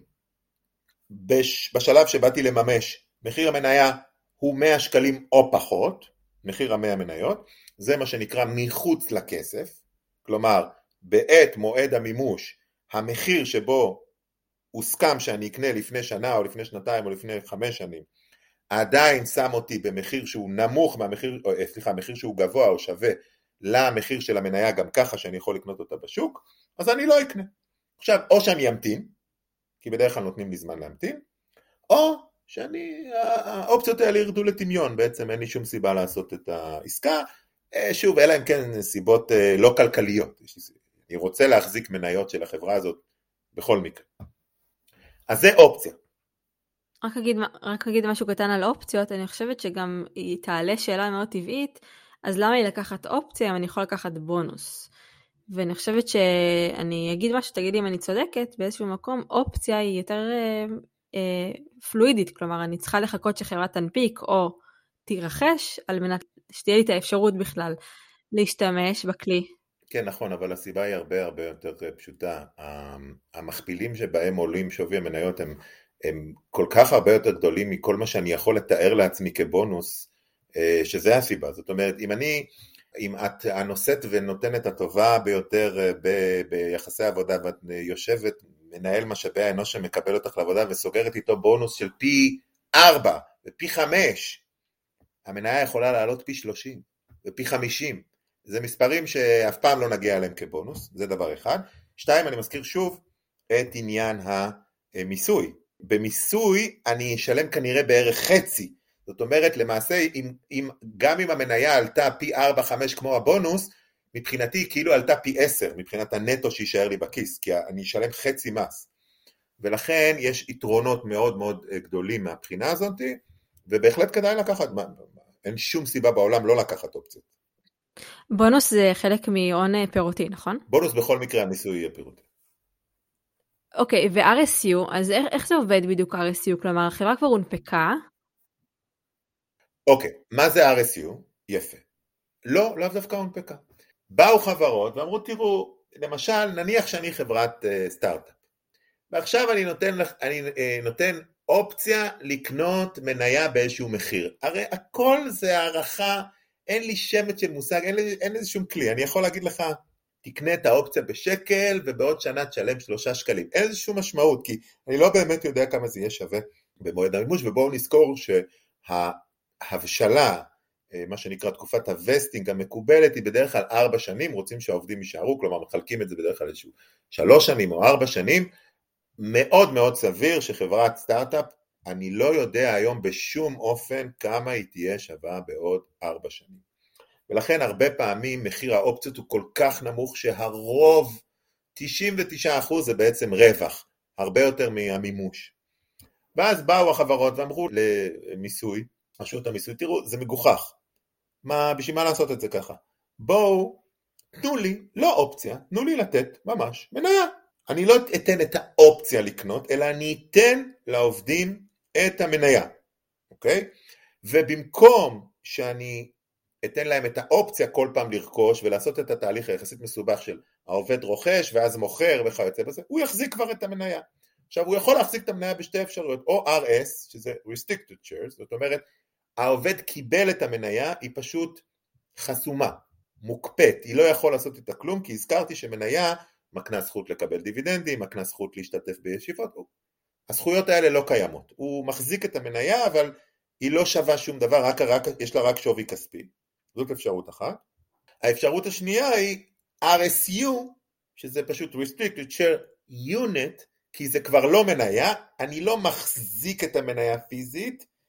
בש, בשלב שבאתי לממש, מחיר המניה הוא מאה שקלים או פחות, מחיר המאה מניות, זה מה שנקרא מחוץ לכסף, כלומר, בעת מועד המימוש, המחיר שבו הוסכם שאני אקנה לפני שנה או לפני שנתיים או לפני חמש שנים, עדיין שם אותי במחיר שהוא נמוך מהמחיר, או, סליחה, המחיר שהוא גבוה או שווה למחיר של המניה גם ככה שאני יכול לקנות אותה בשוק, אז אני לא אקנה. עכשיו, או שאני אמתין, כי בדרך כלל נותנים לי זמן להמתין, או שאני, האופציות האלה ירדו לטמיון, בעצם אין לי שום סיבה לעשות את העסקה, שוב, אלא אם כן סיבות לא כלכליות, אני רוצה להחזיק מניות של החברה הזאת בכל מקרה. אז זה אופציה. רק אגיד, רק אגיד משהו קטן על אופציות, אני חושבת שגם היא תעלה שאלה מאוד טבעית, אז למה היא לקחת אופציה אם אני יכול לקחת בונוס? ואני חושבת שאני אגיד משהו, תגידי אם אני צודקת, באיזשהו מקום אופציה היא יותר אה, אה, פלואידית, כלומר אני צריכה לחכות שחברה תנפיק או תירחש, על מנת שתהיה לי את האפשרות בכלל להשתמש בכלי. כן, נכון, אבל הסיבה היא הרבה הרבה יותר פשוטה. המכפילים שבהם עולים שווי המניות הם, הם כל כך הרבה יותר גדולים מכל מה שאני יכול לתאר לעצמי כבונוס, שזה הסיבה. זאת אומרת, אם אני, אם את הנושאת ונותנת הטובה ביותר ב, ביחסי עבודה, ואת יושבת, מנהל משאבי האנוש שמקבל אותך לעבודה, וסוגרת איתו בונוס של פי ארבע ופי חמש, המניה יכולה לעלות פי שלושים ופי חמישים. זה מספרים שאף פעם לא נגיע אליהם כבונוס, זה דבר אחד. שתיים, אני מזכיר שוב את עניין המיסוי. במיסוי אני אשלם כנראה בערך חצי. זאת אומרת, למעשה, אם, אם, גם אם המניה עלתה פי ארבע חמש כמו הבונוס, מבחינתי כאילו עלתה פי עשר, מבחינת הנטו שישאר לי בכיס, כי אני אשלם חצי מס. ולכן יש יתרונות מאוד מאוד גדולים מהבחינה הזאת, ובהחלט כדאי לקחת, אין שום סיבה בעולם לא לקחת אופציות. בונוס זה חלק מהון פירותי, נכון? בונוס בכל מקרה המיסוי יהיה פירותי. אוקיי, ו-אר אס יו, אז איך, איך זה עובד בדיוק אר אס יו? כלומר, החברה כבר הונפקה. אוקיי, מה זה אר אס יו? יפה. לא, לא דווקא הונפקה. באו חברות ואמרו, תראו, למשל, נניח שאני חברת uh, סטארט-אפ, ועכשיו אני נותן, אני, uh, נותן אופציה לקנות מניה באיזשהו מחיר. הרי הכל זה הערכה, אין לי שמץ של מושג, אין, לי, אין איזה שום כלי. אני יכול להגיד לך, תקנה את האופציה בשקל, ובעוד שנה תשלם שלושה שקלים. אין איזה שום משמעות, כי אני לא באמת יודע כמה זה יהיה שווה במועד המימוש, ובואו נזכור שההבשלה, מה שנקרא תקופת הווסטינג המקובלת, היא בדרך כלל ארבע שנים, רוצים שהעובדים יישארו, כלומר מחלקים את זה בדרך כלל איזשהו שלוש שנים או ארבע שנים, מאוד מאוד סביר שחברת סטארט-אפ, אני לא יודע היום בשום אופן כמה היא תהיה שווה בעוד ארבע שנים. ולכן הרבה פעמים מחיר האופציות הוא כל כך נמוך שהרוב, תשעים ותשעה אחוז זה בעצם רווח, הרבה יותר מהמימוש. ואז באו החברות ואמרו למיסוי, רשות המיסוי, תראו, זה מגוחך. מה, בשביל מה לעשות את זה ככה? בואו, תנו לי, לא אופציה, תנו לי לתת ממש מניה. אני לא אתן את האופציה לקנות, אלא אני אתן לעובדים את המניה, אוקיי? ובמקום שאני אתן להם את האופציה כל פעם לרכוש, ולעשות את התהליך היחסית מסובך של העובד רוכש, ואז מוכר וכיוצא בזה, הוא יחזיק כבר את המניה. עכשיו, הוא יכול להחזיק את המניה בשתי אפשרויות, או אר אס, שזה Restricted Shares, זאת אומרת, העובד קיבל את המניה, היא פשוט חסומה, מוקפאת, היא לא יכול לעשות את הכלום, כי הזכרתי שמניה מקנה זכות לקבל דיבידנדים, מקנה זכות להשתתף בישיבות, הזכויות האלה לא קיימות, הוא מחזיק את המניה, אבל היא לא שווה שום דבר, רק, רק, יש לה רק שווי כספי, זאת אפשרות אחת. האפשרות השנייה היא אר אס יו, שזה פשוט Restricted Share Unit, כי זה כבר לא מניה, אני לא מחזיק את המניה פיזית,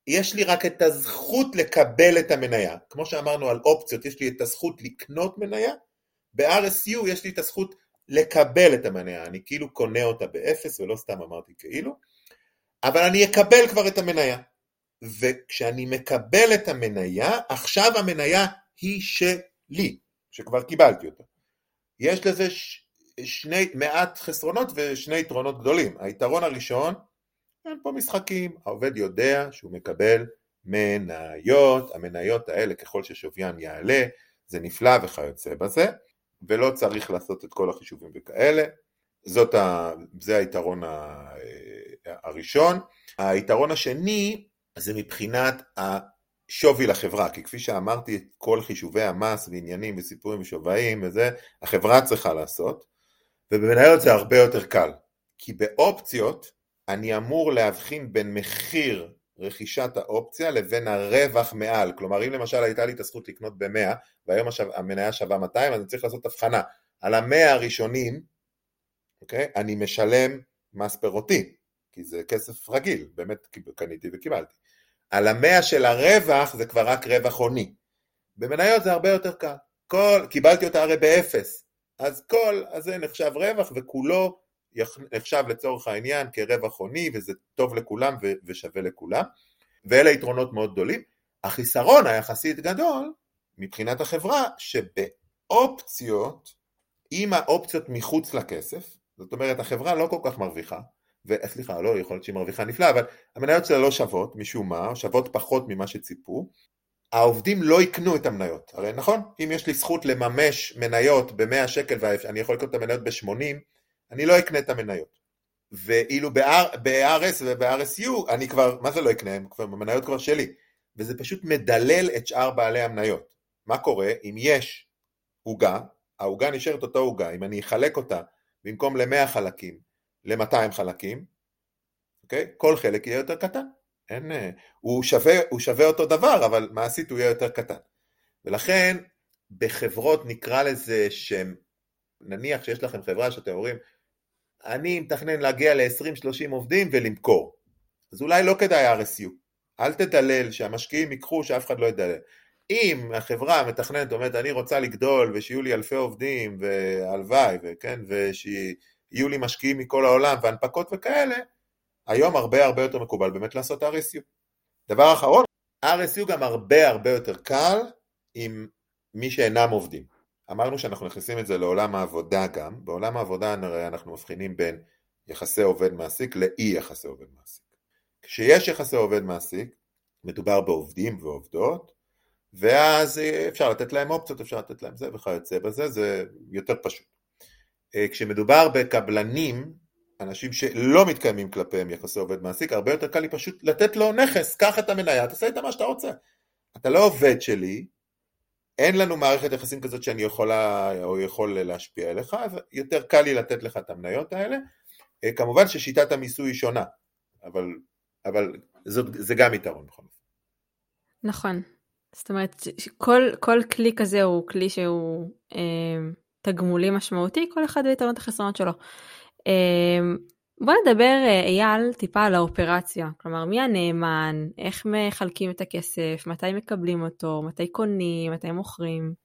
יש לי רק את הזכות לקבל את המניה. כמו שאמרנו על אופציות, יש לי את הזכות לקנות מניה, ב-אר אס יו יש לי את הזכות לקבל את המניה, אני כאילו קונה אותה באפס, ולא סתם אמרתי כאילו, אבל אני אקבל כבר את המניה, וכשאני מקבל את המניה, עכשיו המניה היא שלי, שכבר קיבלתי אותה. יש לזה ש... שני, מעט חסרונות ושני יתרונות גדולים. היתרון הראשון, אין פה משחקים, העובד יודע שהוא מקבל מניות, המניות האלה ככל ששוויין יעלה, זה נפלא וכיוצא בזה, ולא צריך לעשות את כל החישובים וכאלה, זאת ה... זה היתרון ה... הראשון. היתרון השני, זה מבחינת השווי לחברה, כי כפי שאמרתי, את כל חישובי המס ועניינים וסיפורים ושוויים וזה, החברה צריכה לעשות, ובמניות זה הרבה יותר קל, כי באופציות אני אמור להבחין בין מחיר רכישת האופציה לבין הרווח מעל, כלומר אם למשל הייתה לי את הזכות לקנות ב-מאה, והיום המניה שווה מאתיים, אז אני צריך לעשות הבחנה, על ה-מאה הראשונים, אוקיי? אני משלם מס פירותי, כי זה כסף רגיל, באמת קניתי וקיבלתי. על ה-מאה של הרווח זה כבר רק רווח הוני. במניות זה הרבה יותר קל. כל, קיבלתי אותה הרי באפס, אז כל הזה נחשב רווח וכולו נחשב לצורך העניין כרווח הוני, וזה טוב לכולם ו- ושווה לכולם. ואלה יתרונות מאוד גדולים. החיסרון היחסית גדול מבחינת החברה, שבאופציות, אם האופציות מחוץ לכסף, זאת אומרת החברה לא כל כך מרוויחה, וסליחה, לא, יכול להיות שהיא מרוויחה נפלא, אבל המניות שלה לא שוות, משום מה, שוות פחות ממה שציפו, העובדים לא יקנו את המניות, הרי נכון? אם יש לי זכות לממש מניות ב-מאה שקל, ואני יכול לקנות את המניות ב-שמונים, אני לא אקנה את המניות. ואילו ב-אר אס וב-אר אס יו, אני כבר, מה זה לא אקנה? המניות כבר שלי. וזה פשוט מדלל את שאר בעלי המניות. מה קורה? אם יש עוגה, העוגה נשארת אותו עוגה, אם אני אחלק אותה, במקום ל-מאה חלקים, ל-מאתיים חלקים, אוקיי? כל חלק יהיה יותר קטן. אין, הוא שווה, הוא שווה אותו דבר, אבל מעשית הוא יהיה יותר קטן. ולכן, בחברות נקרא לזה, שנניח שיש לכם חברה שאתם אומרים, אני מתכנן להגיע ל-עשרים שלושים עובדים ולמכור. אז אולי לא כדאי אר אס יו. אל תדלל, שהמשקיעים ייקחו, שאף אחד לא ידלל. אם החברה מתכננת, אומרת, אני רוצה לגדול, ושיהיו לי אלפי עובדים, והלוואי, וכן, ושיהיו לי משקיעים מכל העולם, והנפקות וכאלה, היום הרבה הרבה יותר מקובל באמת לעשות אר אס יו. דבר אחרון, אר אס יו גם הרבה הרבה יותר קל עם מי שאינם עובדים. אמרנו שאנחנו נכנסים את זה לעולם העבודה גם, בעולם העבודה נראה אנחנו מבחינים בין יחסי עובד מעסיק לאי יחסי עובד מעסיק. כשיש יחסי עובד מעסיק, מדובר בעובדים ועובדות, ואז אפשר לתת להם אופציות, אפשר לתת להם זה וכיוצא בזה, זה יותר פשוט. כשמדובר בקבלנים, אנשים שלא מתקיימים כלפיהם יחסי עובד מעסיק, הרבה יותר קל לי פשוט לתת לו נכס, קח את המניה, תעשה את מה שאתה רוצה. אתה לא עובד שלי, אין לנו מערכת יחסים כזאת שאני יכולה או יכול להשפיע אליך, אז יותר קל לי לתת לך את המניות האלה. כמובן ששיטת המיסוי היא שונה, אבל, אבל זאת, זה גם יתרון. נכון. זאת אומרת, כל, כל כלי כזה הוא כלי שהוא אה, תגמולי משמעותי, כל אחד ויתרון את החסרונות שלו. בוא נדבר, אייל, טיפה על האופרציה, כלומר מי הנאמן, איך מחלקים את הכסף, מתי מקבלים אותו, מתי קונים, מתי מוכרים.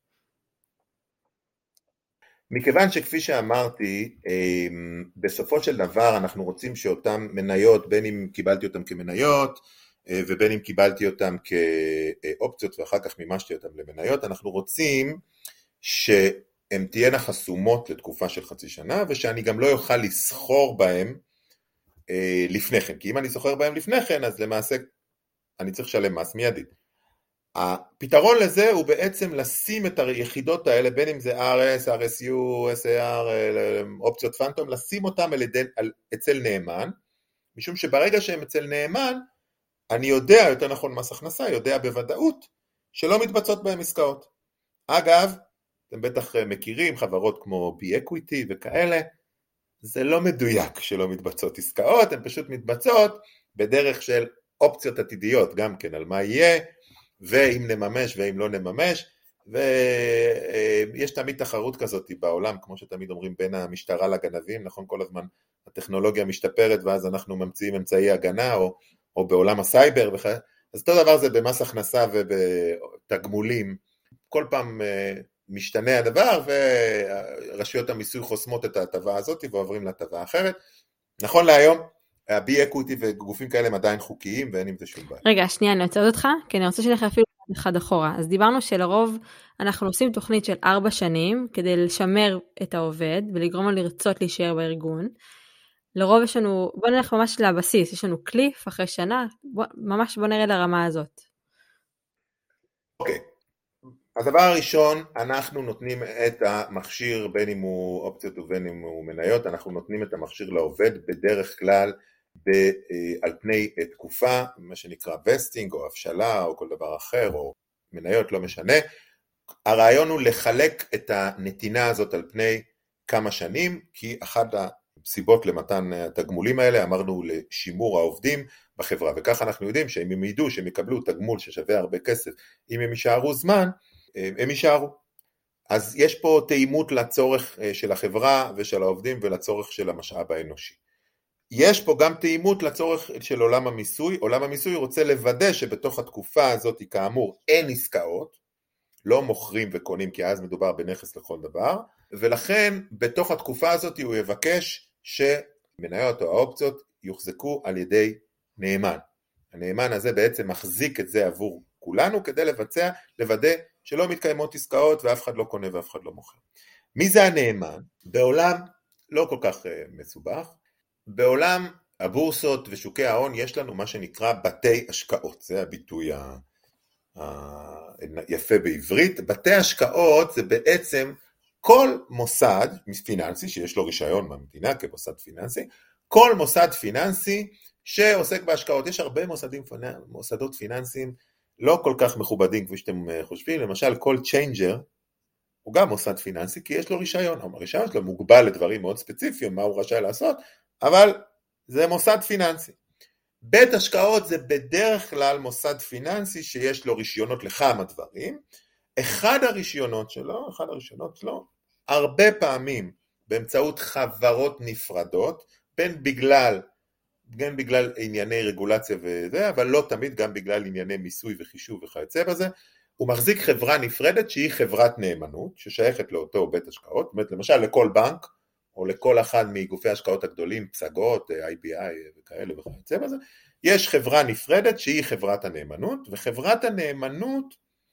מכיוון שכפי שאמרתי, בסופו של דבר אנחנו רוצים שאותם מניות, בין אם קיבלתי אותם כמניות, ובין אם קיבלתי אותם כאופציות ואחר כך מימשתי אותם למניות, אנחנו רוצים ש... הן תהיינה חסומות לתקופה של חצי שנה, ושאני גם לא יוכל לסחור בהם אה, לפני כן, כי אם אני סוחר בהם לפני כן, אז למעשה אני צריך לשלם מס מיידית. הפתרון לזה הוא בעצם לשים את היחידות האלה, בין אם זה אר אס, אר אס יו, אס איי אר, אופציות פנטום, לשים אותם על ידי, על, אצל נאמן, משום שברגע שהם אצל נאמן, אני יודע, יותר נכון מס הכנסה, יודע בוודאות, שלא מתבצעות בהם עסקאות. אגב, אתם בטח מכירים חברות כמו בי-אקוויטי וכאלה, זה לא מדויק שלא מתבצעות עסקאות, הן פשוט מתבצעות בדרך של אופציות עתידיות, גם כן על מה יהיה, ואם נממש ואם לא נממש, ויש תמיד תחרות כזאת בעולם, כמו שתמיד אומרים, בין המשטרה לגנבים, נכון, כל הזמן הטכנולוגיה משתפרת, ואז אנחנו ממציאים אמצעי הגנה, או, או בעולם הסייבר וכאלה, אז אותו דבר זה במס הכנסה ובתגמולים, כל פעם משתנה הדבר, ורשויות המיסוי חוסמות את ההטבה הזאת ועוברים להטבה אחרת. נכון להיום, ה-B equity וגופים כאלה הם עדיין חוקיים, ואין עם זה שום בעיה. רגע, שנייה, אני רוצה אותך, כי אני רוצה שנלך אפילו אחד אחורה. אז דיברנו שלרוב אנחנו עושים תוכנית של ארבע שנים, כדי לשמר את העובד, ולגרום לו לרצות להישאר בארגון. לרוב יש לנו, בוא נלך ממש לבסיס, יש לנו קליף אחרי שנה, בוא, ממש בוא נראה לרמה הזאת. אוקיי. Okay. הדבר הראשון, אנחנו נותנים את המכשיר, בין אם הוא אופציות ובין אם הוא מניות, אנחנו נותנים את המכשיר לעובד בדרך כלל ב, על פני תקופה, מה שנקרא וסטינג או הבשלה או כל דבר אחר, או מניות, לא משנה. הרעיון הוא לחלק את הנתינה הזאת על פני כמה שנים, כי אחת הסיבות למתן התגמולים האלה, אמרנו לשימור העובדים בחברה, וכך אנחנו יודעים שאם הם ידעו שהם יקבלו תגמול ששווה הרבה כסף, אם הם יישארו זמן, הם יישארו. אז יש פה תאימות לצורך של החברה ושל העובדים ולצורך של המשאב האנושי. יש פה גם תאימות לצורך של עולם המיסוי. עולם המיסוי רוצה לוודא שבתוך התקופה הזאת כאמור אין עסקאות, לא מוכרים וקונים כי אז מדובר בנכס לכל דבר, ולכן בתוך התקופה הזאת הוא יבקש שמניות או האופציות יוחזקו על ידי נאמן. הנאמן הזה בעצם מחזיק את זה עבור כולנו כדי לבצע, לוודא שלא מתקיימות עסקאות ואף אחד לא קונה ואף אחד לא מוכר. מי זה הנאמן? בעולם לא כל כך uh, מסובך, בעולם הבורסות ושוקי ההון יש לנו מה שנקרא בתי השקעות, זה הביטוי היפה בעברית. בתי השקעות זה בעצם כל מוסד פיננסי שיש לו רישיון מהמדינה כמוסד פיננסי, כל מוסד פיננסי שעוסק בהשקעות. יש הרבה מוסדים, מוסדות פיננסיים לא כל כך מכובדים כפי שאתם חושבים, למשל כל צ'יינג'ר הוא גם מוסד פיננסי כי יש לו רישיון, הרישיון שלו מוגבל לדברים מאוד ספציפיים, מה הוא רשאי לעשות, אבל זה מוסד פיננסי. בית השקעות זה בדרך כלל מוסד פיננסי שיש לו רישיונות לכמה דברים, אחד הרישיונות שלו, אחד הרישיונות שלו, הרבה פעמים באמצעות חברות נפרדות, בין בגלל, גם בגלל ענייני רגולציה וזה, אבל לא תמיד גם בגלל ענייני מיסוי וחישוב וכיוצא בזה, הוא מחזיק חברה נפרדת שהיא חברת נאמנות, ששייכת לאותו בית השקעות, זאת אומרת למשל לכל בנק, או לכל אחד מגופי השקעות הגדולים, פסגות, איי בי איי וכאלה וכיוצא בזה, יש חברה נפרדת שהיא חברת הנאמנות, וחברת הנאמנות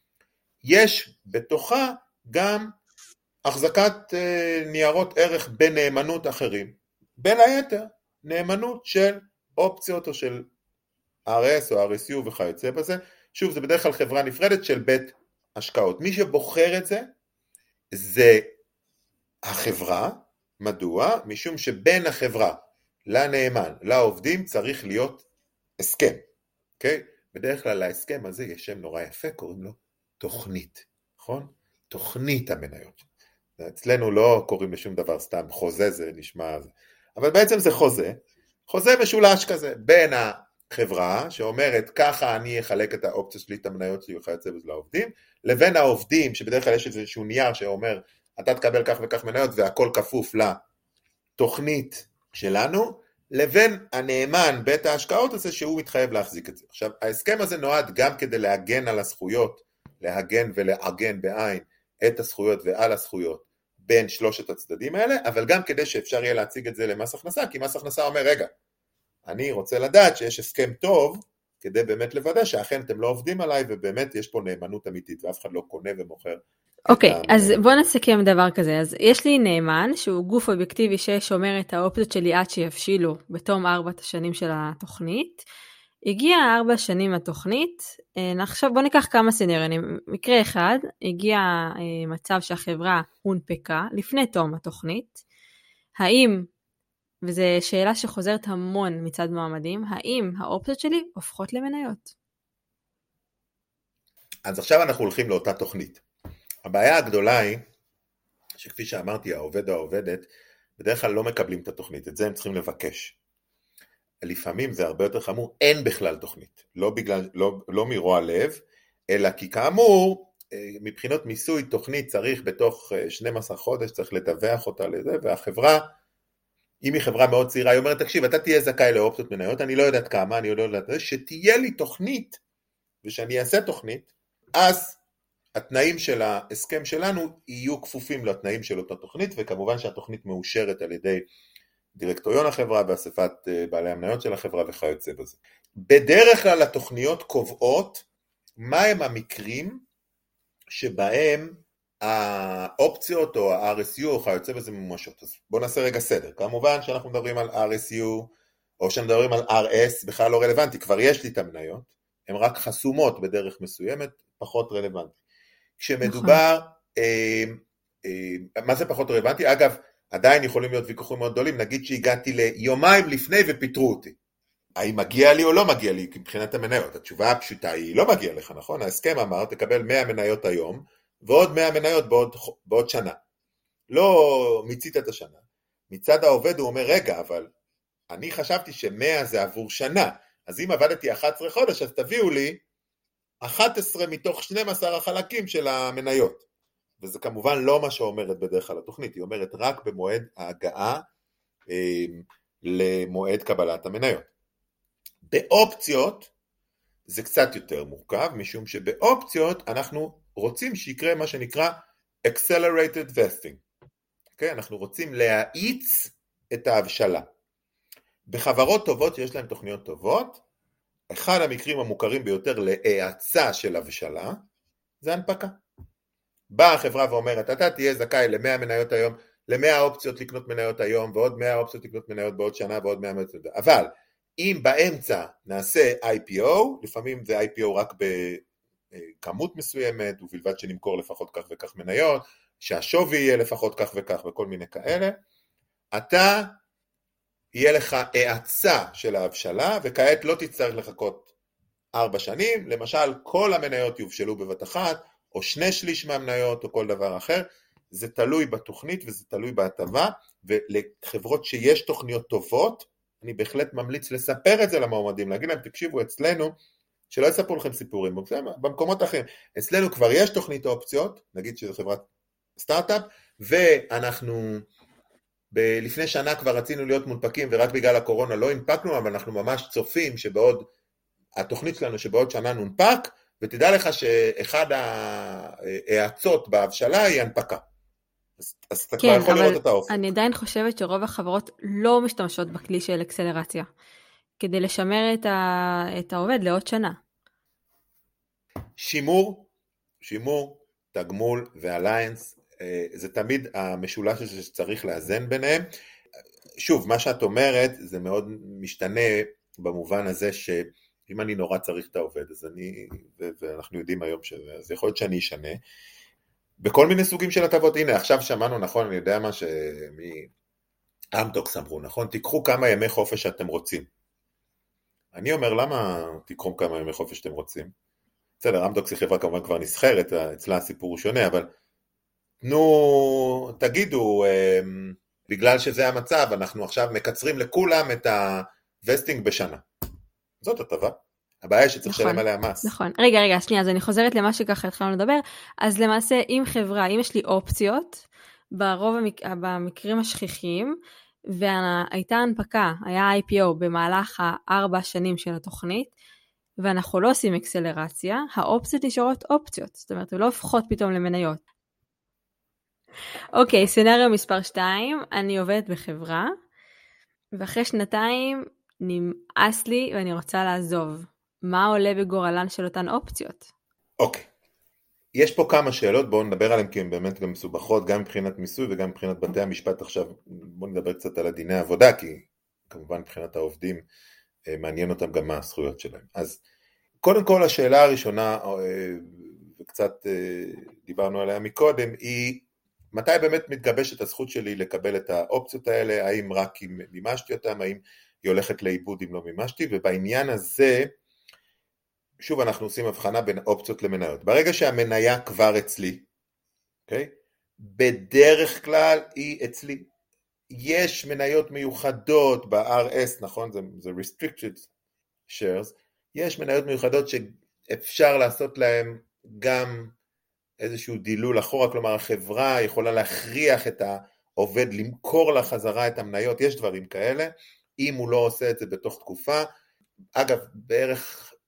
יש בתוכה גם החזקת ניירות ערך בנאמנות אחרים, בין היתר נאמנות של אופציות או של אר אס או אר אס יו וכיוצא בזה, שוב זה בדרך כלל חברה נפרדת של בית השקעות, מי שבוחר את זה, זה החברה. מדוע? משום שבין החברה לנאמן, לעובדים, צריך להיות הסכם. אוקיי? בדרך כלל להסכם הזה יש שם נורא יפה, קוראים לו תוכנית. נכון? תוכנית המניות. אצלנו לא קוראים לשום דבר סתם, חוזה זה נשמע, אבל בעצם זה חוזה, חוזה משולש כזה, בין החברה שאומרת ככה אני אחלק את האופציה שלי, את המניות שלי וכיוצא בזה לעובדים, לבין העובדים שבדרך כלל יש איזשהו נייר שאומר אתה תקבל כך וכך מניות והכל כפוף לתוכנית שלנו, לבין הנאמן בית ההשקעות הזה שהוא מתחייב להחזיק את זה. עכשיו ההסכם הזה נועד גם כדי להגן על הזכויות, להגן ולעגן בעין את הזכויות ועל הזכויות בין שלושת הצדדים האלה, אבל גם כדי שאפשר יהיה להציג את זה למס הכנסה, כי מס הכנסה אומר רגע, אני רוצה לדעת שיש הסכם טוב, כדי באמת לוודא שאכן אתם לא עובדים עליי, ובאמת יש פה נאמנות אמיתית, ואף אחד לא קונה ומוכר. אוקיי, okay, אז בוא נסכם דבר כזה. אז יש לי נאמן, שהוא גוף אובייקטיבי ששומר את האופציות שלי עד שיבשילו בתום ארבעת השנים של התוכנית. הגיע ארבע שנים התוכנית, עכשיו בוא ניקח כמה סנריונים. מקרה אחד, הגיע מצב שהחברה הונפקה לפני תום התוכנית. האם, וזו שאלה שחוזרת המון מצד מועמדים, האם האופציות שלי הופכות למניות? אז עכשיו אנחנו הולכים לאותה תוכנית. הבעיה הגדולה היא, שכפי שאמרתי, העובד או העובדת, בדרך כלל לא מקבלים את התוכנית, את זה הם צריכים לבקש. לפעמים זה הרבה יותר חמור, אין בכלל תוכנית, לא, בגלל, לא, לא מרוע לב, אלא כי כאמור, מבחינות מיסוי תוכנית צריך בתוך שנים עשר חודש, צריך לדווח אותה לזה, והחברה, אם היא חברה מאוד צעירה, היא אומרת, תקשיב, אתה תהיה זכאי לאופציות מניות, אני לא יודעת כמה, אני לא יודעת, שתהיה לי תוכנית, ושאני אעשה תוכנית, אז התנאים של ההסכם שלנו יהיו כפופים לתנאים של אותה תוכנית, וכמובן שהתוכנית מאושרת על ידי דירקטוריון החברה ואספת בעלי המניות של החברה וכיוצא בזה. בדרך כלל התוכניות קובעות מהם המקרים שבהם האופציות או ה-אר אס יו או כיוצא בזה ממומשות. אז בואו נעשה רגע סדר. כמובן שאנחנו מדברים על אר אס יו או שמדברים על אר אס, בכלל לא רלוונטי, כבר יש לי את המניות, הן רק חסומות בדרך מסוימת, פחות רלוונטי. כשמדובר, אה, אה, מה זה פחות רלוונטי? אגב, עדיין יכולים להיות ויכוחים מאוד גדולים, נגיד שהגעתי ליומיים לפני ופיטרו אותי. האם מגיע לי או לא מגיע לי מבחינת המניות? התשובה הפשוטה היא לא מגיע לך, נכון? ההסכם אמר, תקבל מאה מניות היום, ועוד מאה מניות בעוד, בעוד שנה. לא מיצית את השנה. מצד העובד הוא אומר, רגע, אבל אני חשבתי שמאה זה עבור שנה, אז אם עבדתי אחת עשרה חודש, אז תביאו לי אחת עשרה מתוך שנים עשר החלקים של המניות. וזה כמובן לא מה שאומרת בדרך כלל התוכנית, היא אומרת רק במועד ההגעה אה, למועד קבלת המניות. באופציות זה קצת יותר מורכב, משום שבאופציות אנחנו רוצים שיקרה מה שנקרא accelerated vesting. Okay? אנחנו רוצים להאיץ את ההבשלה. בחברות טובות שיש להן תוכניות טובות, אחד המקרים המוכרים ביותר להאצה של הבשלה, זה הנפקה. באה החברה ואומרת, אתה תהיה זכאי ל-מאה מניות היום, ל-מאה אופציות לקנות מניות היום, ועוד מאה אופציות לקנות מניות בעוד שנה, ועוד מאה מניות. אבל אם באמצע נעשה איי פי או, לפעמים זה איי פי או רק בכמות מסוימת, ובלבד שנמכור לפחות כך וכך מניות, שהשווי יהיה לפחות כך וכך, וכל מיני כאלה, אתה יהיה לך האצה של ההבשלה, וכעת לא תצטרך לחכות ארבע שנים, למשל כל המניות יובשלו בבת אחת, או שני שליש מהמניות, או כל דבר אחר, זה תלוי בתוכנית וזה תלוי בהטבה, ולחברות שיש תוכניות טובות, אני בהחלט ממליץ לספר את זה למועמדים, להגיד להם, תקשיבו אצלנו, שלא יספרו לכם סיפורים, במקומות אחרים, אצלנו כבר יש תוכנית אופציות, נגיד שזו חברת סטארט-אפ, ואנחנו ב- לפני שנה כבר רצינו להיות מונפקים, ורק בגלל הקורונה לא הנפקנו, אבל אנחנו ממש צופים שבעוד, התוכנית שלנו שבעוד שנה נונפק, ותדע לך שאחד ההאצות בהבשלה היא הנפקה. אז, אז אתה כן, כבר יכול לראות את האופן. אני עדיין חושבת שרוב החברות לא משתמשות בכלי של אקסלרציה, כדי לשמר את, ה... את העובד לעוד שנה. שימור, שימור, תגמול ואליינס, זה תמיד המשולש הזה שצריך לאזן ביניהם. שוב, מה שאת אומרת, זה מאוד משתנה במובן הזה שאם אני נורא צריך את העובד, אז אני, ואנחנו יודעים היום שזה, אז יכול להיות שאני אשנה, בכל מיני סוגים של הטבות. הנה, עכשיו שמענו, נכון, אני יודע מה שאמדוקס אמרו, נכון? תיקחו כמה ימי חופש שאתם רוצים. אני אומר, למה תיקחו כמה ימי חופש שאתם רוצים? בסדר, אמדוקס היא חברה כמובן כבר נסחרת, אצלה הסיפור הוא שונה, אבל נו, תגידו, בגלל שזה המצב, אנחנו עכשיו מקצרים לכולם את הווסטינג בשנה. זאת הטבה. הבעיה שצריך לשלם עליה מס. נכון. רגע, רגע, שנייה, אז אני חוזרת למה שככה התחלנו לדבר. אז למעשה, אם חברה, אם יש לי אופציות, ברוב המק... במקרים השכיחים, והייתה הנפקה, היה איי פי או במהלך הארבע שנים של התוכנית, ואנחנו לא עושים אקסלרציה, האופציות נשארות אופציות. זאת אומרת, הן לא הופכות פתאום למניות. אוקיי, סנריו מספר שתיים, אני עובדת בחברה, ואחרי שנתיים נמאס לי ואני רוצה לעזוב. מה עולה בגורלן של אותן אופציות? אוקיי. יש פה כמה שאלות, בואו נדבר עליהן כי הן באמת גם מסובכות, גם מבחינת מיסוי וגם מבחינת בתי המשפט. עכשיו בואו נדבר קצת על הדיני העבודה, כי כמובן מבחינת העובדים מעניין אותם גם מה הזכויות שלהם. אז קודם כל השאלה הראשונה, וקצת דיברנו עליה מקודם, היא מתי באמת מתגבשת הזכות שלי לקבל את האופציות האלה, האם רק אם מימשתי אותם, האם היא הולכת לאיבוד אם לא מימשתי, ובעניין הזה, שוב אנחנו עושים הבחנה בין אופציות למניות. ברגע שהמניה כבר אצלי, okay, בדרך כלל היא אצלי. יש מניות מיוחדות ב-אר אס, נכון? זה, זה restricted shares, יש מניות מיוחדות שאפשר לעשות להם גם איזשהו דילול אחורה, כלומר החברה יכולה להכריח את העובד למכור לה חזרה את המניות, יש דברים כאלה, אם הוא לא עושה את זה בתוך תקופה. אגב, בערך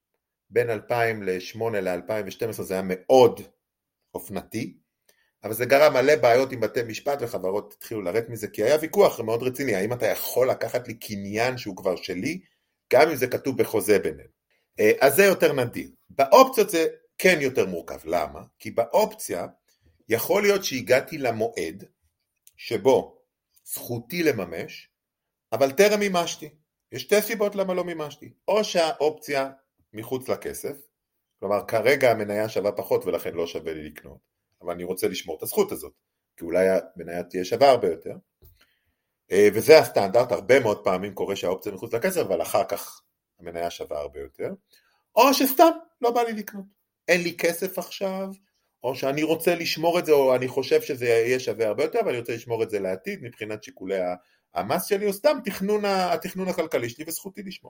בין אלפיים ושמונה ל-אלפיים ושתים עשרה זה היה מאוד אופנתי, אבל זה גרם מלא בעיות עם בתי משפט וחברות התחילו לרדת מזה, כי היה ויכוח מאוד רציני, האם אתה יכול לקחת לי קניין שהוא כבר שלי, גם אם זה כתוב בחוזה בינינו. אז זה יותר נדיר. באופציות זה כן יותר מורכב. למה? כי באופציה יכול להיות שהגעתי למועד שבו זכותי לממש, אבל טרם מימשתי. יש שתי סיבות למה לא מימשתי. או שהאופציה מחוץ לכסף, כלומר כרגע המניה שווה פחות ולכן לא שווה לי לקנות, אבל אני רוצה לשמור את הזכות הזאת, כי אולי המניה תהיה שווה הרבה יותר. וזה הסטנדרט, הרבה מאוד פעמים קורה שהאופציה מחוץ לכסף, אבל אחר כך המניה שווה הרבה יותר. או שסתם לא בא לי לקנות. אין לי כסף עכשיו, או שאני רוצה לשמור את זה, או אני חושב שזה יהיה שווה הרבה יותר, ואני רוצה לשמור את זה לעתיד, מבחינת שיקולי המס שלי, או סתם תכנון, התכנון הכלכלי שלי, וזכותי לשמור.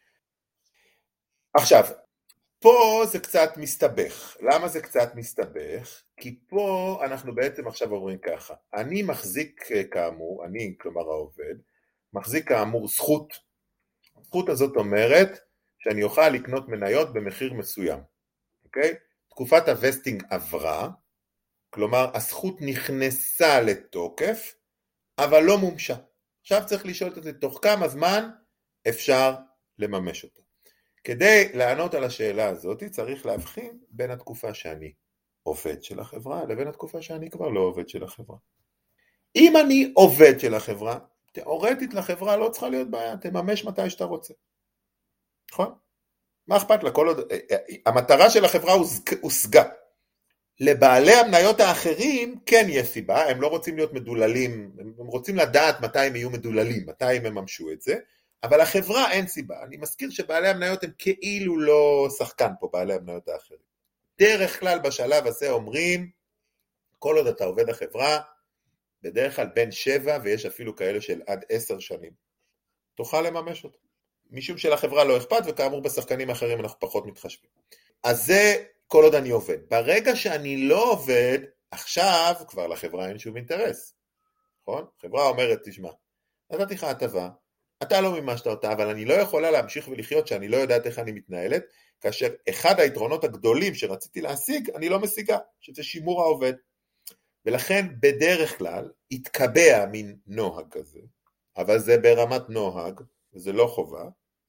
עכשיו, פה זה קצת מסתבך. למה זה קצת מסתבך? כי פה אנחנו בעצם עכשיו אומרים ככה, אני מחזיק כאמור, אני, כלומר העובד, מחזיק כאמור זכות. הזכות הזאת אומרת שאני אוכל לקנות מניות במחיר מסוים. אוקיי? תקופת הווסטינג עברה, כלומר הזכות נכנסה לתוקף, אבל לא מומשה. עכשיו צריך לשאול את זה תוך כמה זמן אפשר לממש אותה. כדי לענות על השאלה הזאת צריך להבחין בין התקופה שאני עובד של החברה לבין התקופה שאני כבר לא עובד של החברה. אם אני עובד של החברה, תיאורטית לחברה לא צריכה להיות בעיה, תממש מתי שאתה רוצה. נכון? מה אכפת לה? כל עוד... המטרה של החברה הושגה. לבעלי המניות האחרים כן יש סיבה, הם לא רוצים להיות מדוללים, הם רוצים לדעת מתי הם יהיו מדוללים, מתי הם יממשו את זה, אבל החברה אין סיבה. אני מזכיר שבעלי המניות הם כאילו לא שחקן פה, בעלי המניות האחרים. דרך כלל בשלב הזה אומרים, כל עוד אתה עובד החברה, בדרך כלל בין שבע ויש אפילו כאלה של עד עשר שנים. תוכל לממש אותו. משום שלחברה לא אכפת, וכאמור בשחקנים אחרים אנחנו פחות מתחשבים. אז זה כל עוד אני עובד. ברגע שאני לא עובד, עכשיו כבר לחברה אין שום אינטרס. נכון? חברה אומרת, תשמע, נתתי לך הטבה, אתה לא מימשת אותה, אבל אני לא יכולה להמשיך ולחיות שאני לא יודעת איך אני מתנהלת, כאשר אחד היתרונות הגדולים שרציתי להשיג, אני לא משיגה, שזה שימור העובד. ולכן בדרך כלל התקבע מין נוהג כזה, אבל זה ברמת נוהג, וזה לא חובה,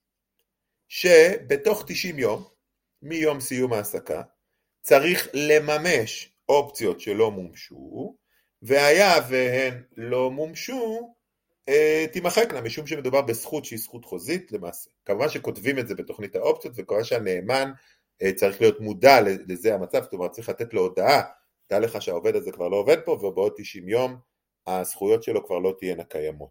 שבתוך תשעים יום, מיום סיום העסקה, צריך לממש אופציות שלא מומשו, והיה והן לא מומשו, תימחקנה, משום שמדובר בזכות שהיא זכות חוזית למעשה. כמובן שכותבים את זה בתוכנית האופציות, וכמובן שהנאמן צריך להיות מודע לזה המצב, זאת אומרת צריך לתת לו הודעה, דע לך שהעובד הזה כבר לא עובד פה, ובעוד תשעים יום הזכויות שלו כבר לא תהיינה קיימות.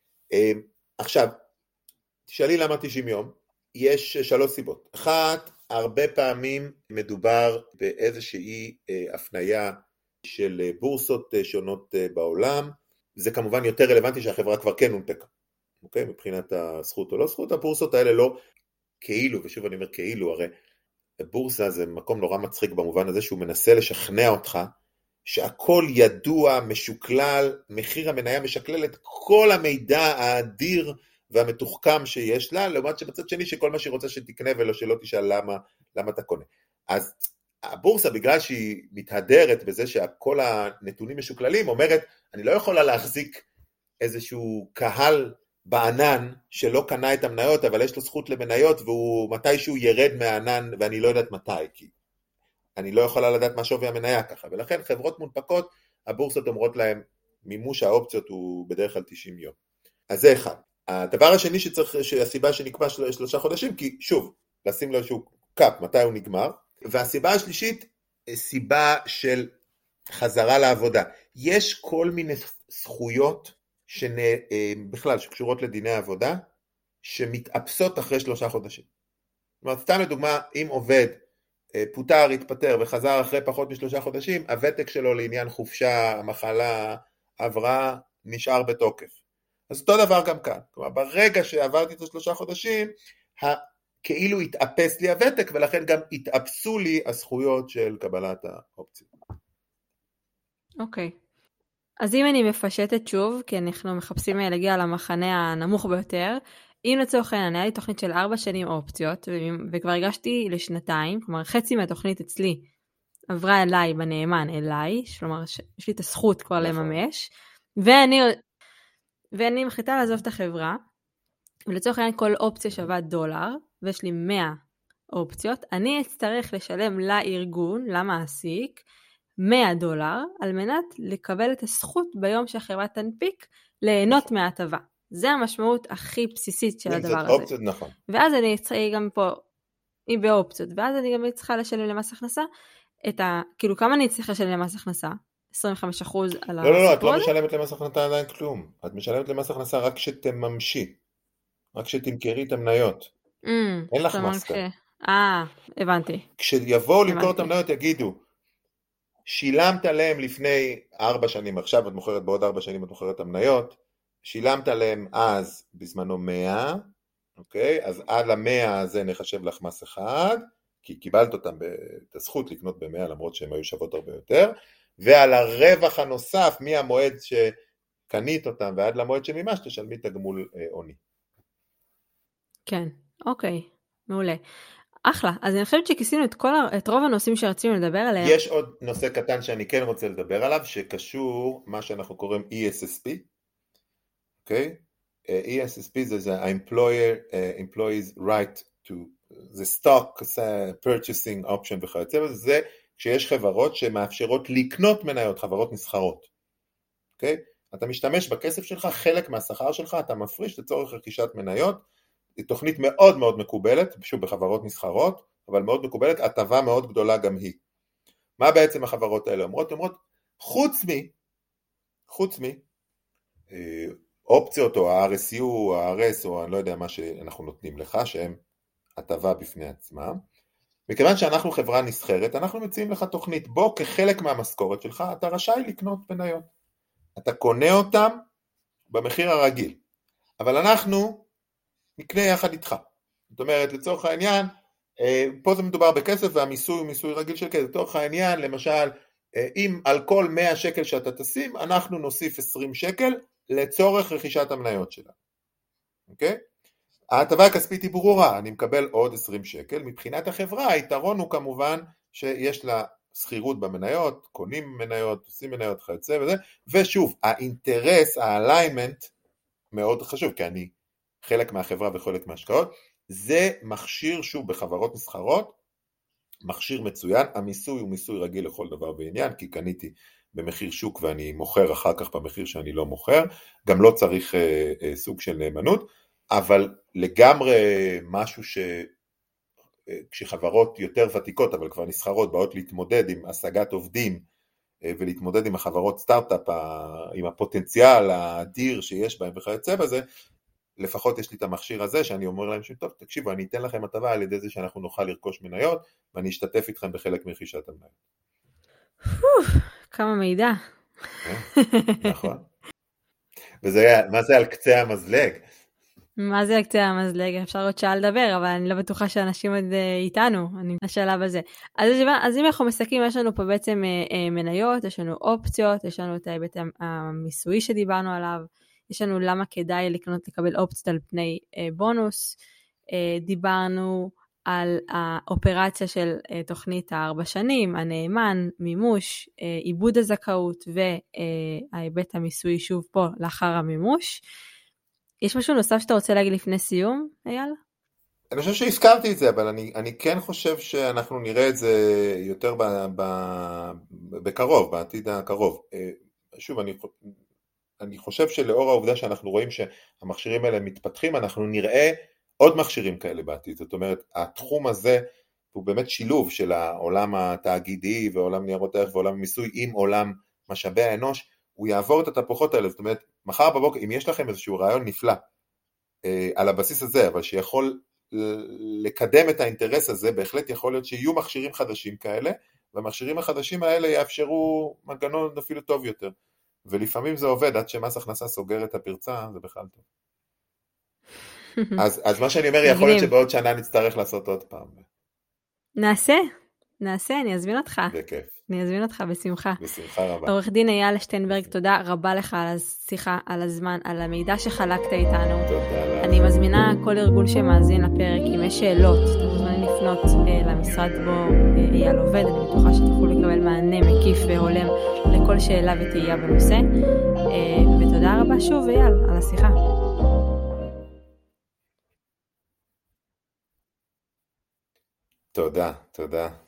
עכשיו, תשאלי למה תשעים יום? יש שלוש סיבות. אחת, הרבה פעמים מדובר באיזושהי הפניה של בורסות שונות בעולם, זה כמובן יותר רלוונטי שהחברה כבר כן הונפקה, אוקיי? מבחינת הזכות או לא זכות, הבורסות האלה לא כאילו, ושוב אני אומר כאילו, הרי הבורסה זה מקום נורא מצחיק במובן הזה שהוא מנסה לשכנע אותך, שהכל ידוע, משוקלל, מחיר המניה משקלל את כל המידע האדיר והמתוחכם שיש לה, לעומת שבצד שני שכל מה שהיא רוצה שתקנה ולא שלא תשאל למה, למה אתה קונה. אז הבורסה בגלל שהיא מתהדרת בזה שכל הנתונים משוקללים, אומרת אני לא יכולה להחזיק איזשהו קהל בענן שלא קנה את המניות, אבל יש לו זכות למניות והוא מתישהו ירד מהענן ואני לא יודעת מתי, כי אני לא יכולה לדעת מה שווי המניה ככה, ולכן חברות מונפקות, הבורסות אומרות להם, מימוש האופציות הוא בדרך כלל תשעים יום. אז זה אחד. הדבר השני שצריך, שהסיבה שנקבע של, שלושה חודשים, כי שוב, לשים לו איזשהו קאפ, מתי הוא נגמר, והסיבה השלישית, סיבה של חזרה לעבודה. יש כל מיני זכויות, שנ, בכלל, שקשורות לדיני העבודה, שמתאפסות אחרי שלושה חודשים. זאת אומרת, סתם לדוגמה, אם עובד, פוטר, התפטר וחזר אחרי פחות משלושה חודשים, הוותק שלו לעניין חופשה, מחלה, עברה, נשאר בתוקף. אז אותו דבר גם כאן. כלומר, ברגע שעברתי את השלושה חודשים, כאילו התאפס לי הוותק, ולכן גם התאפסו לי הזכויות של קבלת האופציה. אוקיי. אז אם אני מפשטת שוב, כי אנחנו מחפשים להגיע למחנה הנמוך ביותר, אם לצורך העניין, היה לי תוכנית של ארבע שנים אופציות, וכבר הגשתי לשנתיים, כלומר חצי מהתוכנית אצלי עברה אליי בנאמן אליי, כלומר יש לי את הזכות כבר לממש, ואני, ואני מחליטה לעזוב את החברה, ולצורך העניין כל אופציה שווה דולר, ויש לי מאה אופציות, אני אצטרך לשלם לארגון, למעסיק, מאה דולר, על מנת לקבל את הזכות ביום שהחברה תנפיק, ליהנות מההטבה. זה המשמעות הכי בסיסית של הדבר הזה. אופציות, נכון. ואז אני צריכה גם פה, היא באופציות, ואז אני גם צריכה לשלם למס הכנסה, את ה, כאילו כמה אני צריכה לשלם למס הכנסה? עשרים וחמישה אחוז על הסיפור הזה? לא, לא, לא, את לא משלמת למס הכנסה עדיין כלום. את משלמת למס הכנסה רק שתממשי. רק שתמכרי את המניות. Mm, אין לך מס כאן. אה, הבנתי. כשיבואו למכור את המניות יגידו, שילמת להם לפני ארבע שנים, עכשיו את מוכרת בעוד ארבע שנים, את מוכרת את המניות, שילמת להם אז בזמנו מאה, אוקיי? אז עד למאה הזה נחשב לך מס אחד, כי קיבלת אותם את הזכות לקנות במאה, למרות שהם היו שוות הרבה יותר, ועל הרווח הנוסף, מהמועד שקנית אותם ועד למועד שמימש, תשלמי תגמול עוני. כן, אוקיי, מעולה. אחלה, אז אני חושבת שכיסינו את, כל, את רוב הנושאים שרצינו לדבר עליהם. יש עוד נושא קטן שאני כן רוצה לדבר עליו, שקשור מה שאנחנו קוראים E S S P, אוקיי? Uh, E S S P זה ה-employer, uh, employees right to, זה stock, uh, purchasing option וכיוצא בזה, זה כשיש חברות שמאפשרות לקנות מניות, חברות נסחרות, אוקיי? אתה משתמש בכסף שלך, חלק מהשכר שלך, אתה מפריש לצורך רכישת מניות, היא תוכנית מאוד מאוד מקובלת, שוב בחברות נסחרות, אבל מאוד מקובלת, הטבה מאוד גדולה גם היא. מה בעצם החברות האלה אומרות? אומרות, חוץ מי, חוץ מי, אופציות או ה-R S U או ה-R S או אני לא יודע מה שאנחנו נותנים לך, שהם הטבה בפני עצמם, מכיוון שאנחנו חברה נסחרת, אנחנו מציעים לך תוכנית, בו כחלק מהמשכורת שלך, אתה רשאי לקנות מניות. אתה קונה אותם במחיר הרגיל, אבל אנחנו נקנה יחד איתך. זאת אומרת, לצורך העניין, פה זה מדובר בכסף והמיסוי הוא מיסוי רגיל של כסף. לצורך העניין, למשל, אם על כל מאה שקל שאתה תשים, אנחנו נוסיף עשרים שקל לצורך רכישת המניות שלה. אוקיי? ההטבה הכספית היא ברורה, אני מקבל עוד עשרים שקל. מבחינת החברה, היתרון הוא כמובן שיש לה שכירות במניות, קונים מניות, עושים מניות, חייצה וזה, ושוב, האינטרס, האליימנט, מאוד חשוב, כי אני חלק מהחברה וחלק מהשקעות, זה מכשיר, שוב, בחברות נסחרות, מכשיר מצוין, המיסוי הוא מיסוי רגיל לכל דבר בעניין, כי קניתי במחיר שוק ואני מוכר אחר כך במחיר שאני לא מוכר, גם לא צריך אה, אה, סוג של נאמנות, אבל לגמרי משהו ש... כשחברות יותר ותיקות, אבל כבר נסחרות, באות להתמודד עם השגת עובדים, ולהתמודד עם החברות סטארט-אפ, עם הפוטנציאל האדיר שיש בהם וכיוצא בזה, לפחות יש לי את המכשיר הזה, שאני אומר להם שטוב, תקשיבו, אני אתן לכם הטבה על ידי זה שאנחנו נוכל לרכוש מניות, ואני אשתתף איתכם בחלק מרכישת המניות. כמה מידע. נכון. וזה, מה זה על קצה המזלג? מה זה קצה המזלג? אפשר עוד שעה לדבר, אבל אני לא בטוחה שאנשים עוד איתנו, אני בשלב הזה. אז, אז אם אנחנו מסתכלים, יש לנו פה בעצם מניות, יש לנו אופציות, יש לנו את ההיבט המיסוי שדיברנו עליו, יש לנו למה כדאי לקנות לקבל אופציות על פני בונוס, דיברנו על האופרציה של תוכנית הארבע שנים, הנאמן, מימוש, עיבוד הזכאות וההיבט המיסוי שוב פה לאחר המימוש. יש משהו נוסף שאתה רוצה להגיד לפני סיום, אייל? אני חושב שהזכרתי את זה, אבל אני, אני כן חושב שאנחנו נראה את זה יותר ב, ב, בקרוב, בעתיד הקרוב. שוב, אני, אני חושב שלאור העובדה שאנחנו רואים שהמכשירים האלה מתפתחים, אנחנו נראה עוד מכשירים כאלה בעתיד. זאת אומרת, התחום הזה הוא באמת שילוב של העולם התאגידי ועולם ניירות ערך ועולם המיסוי עם עולם משאבי האנוש, הוא יעבור את התפוחות האלה. זאת אומרת, מחר בבוקר, אם יש לכם איזשהו רעיון נפלא אה, על הבסיס הזה, אבל שיכול לקדם את האינטרס הזה, בהחלט יכול להיות שיהיו מכשירים חדשים כאלה, והמכשירים החדשים האלה יאפשרו מנגנון אפילו טוב יותר. ולפעמים זה עובד, עד שמס הכנסה סוגר את הפרצה, זה בכלל טוב. אז, אז מה שאני אומר, יכול להיות שבעוד שנה נצטרך לעשות עוד פעם. נעשה, נעשה, אני אזמין אותך. בכיף. אני אזמין אותך בשמחה. בשמחה רבה. עורך דין אייל שטיינברג, תודה רבה לך על השיחה, על הזמן, על המידע שחלקת איתנו. תודה לך. אני מזמינה כל ארגון שמאזין לפרק, אם יש שאלות, אתם מוזמנים לפנות אה, למשרד בו אה, אייל עובד, אני בטוחה שתוכלו לקבל מענה מקיף והולם לכל שאלה ותהייה בנושא. אה, ותודה רבה שוב אייל על השיחה. תודה, תודה.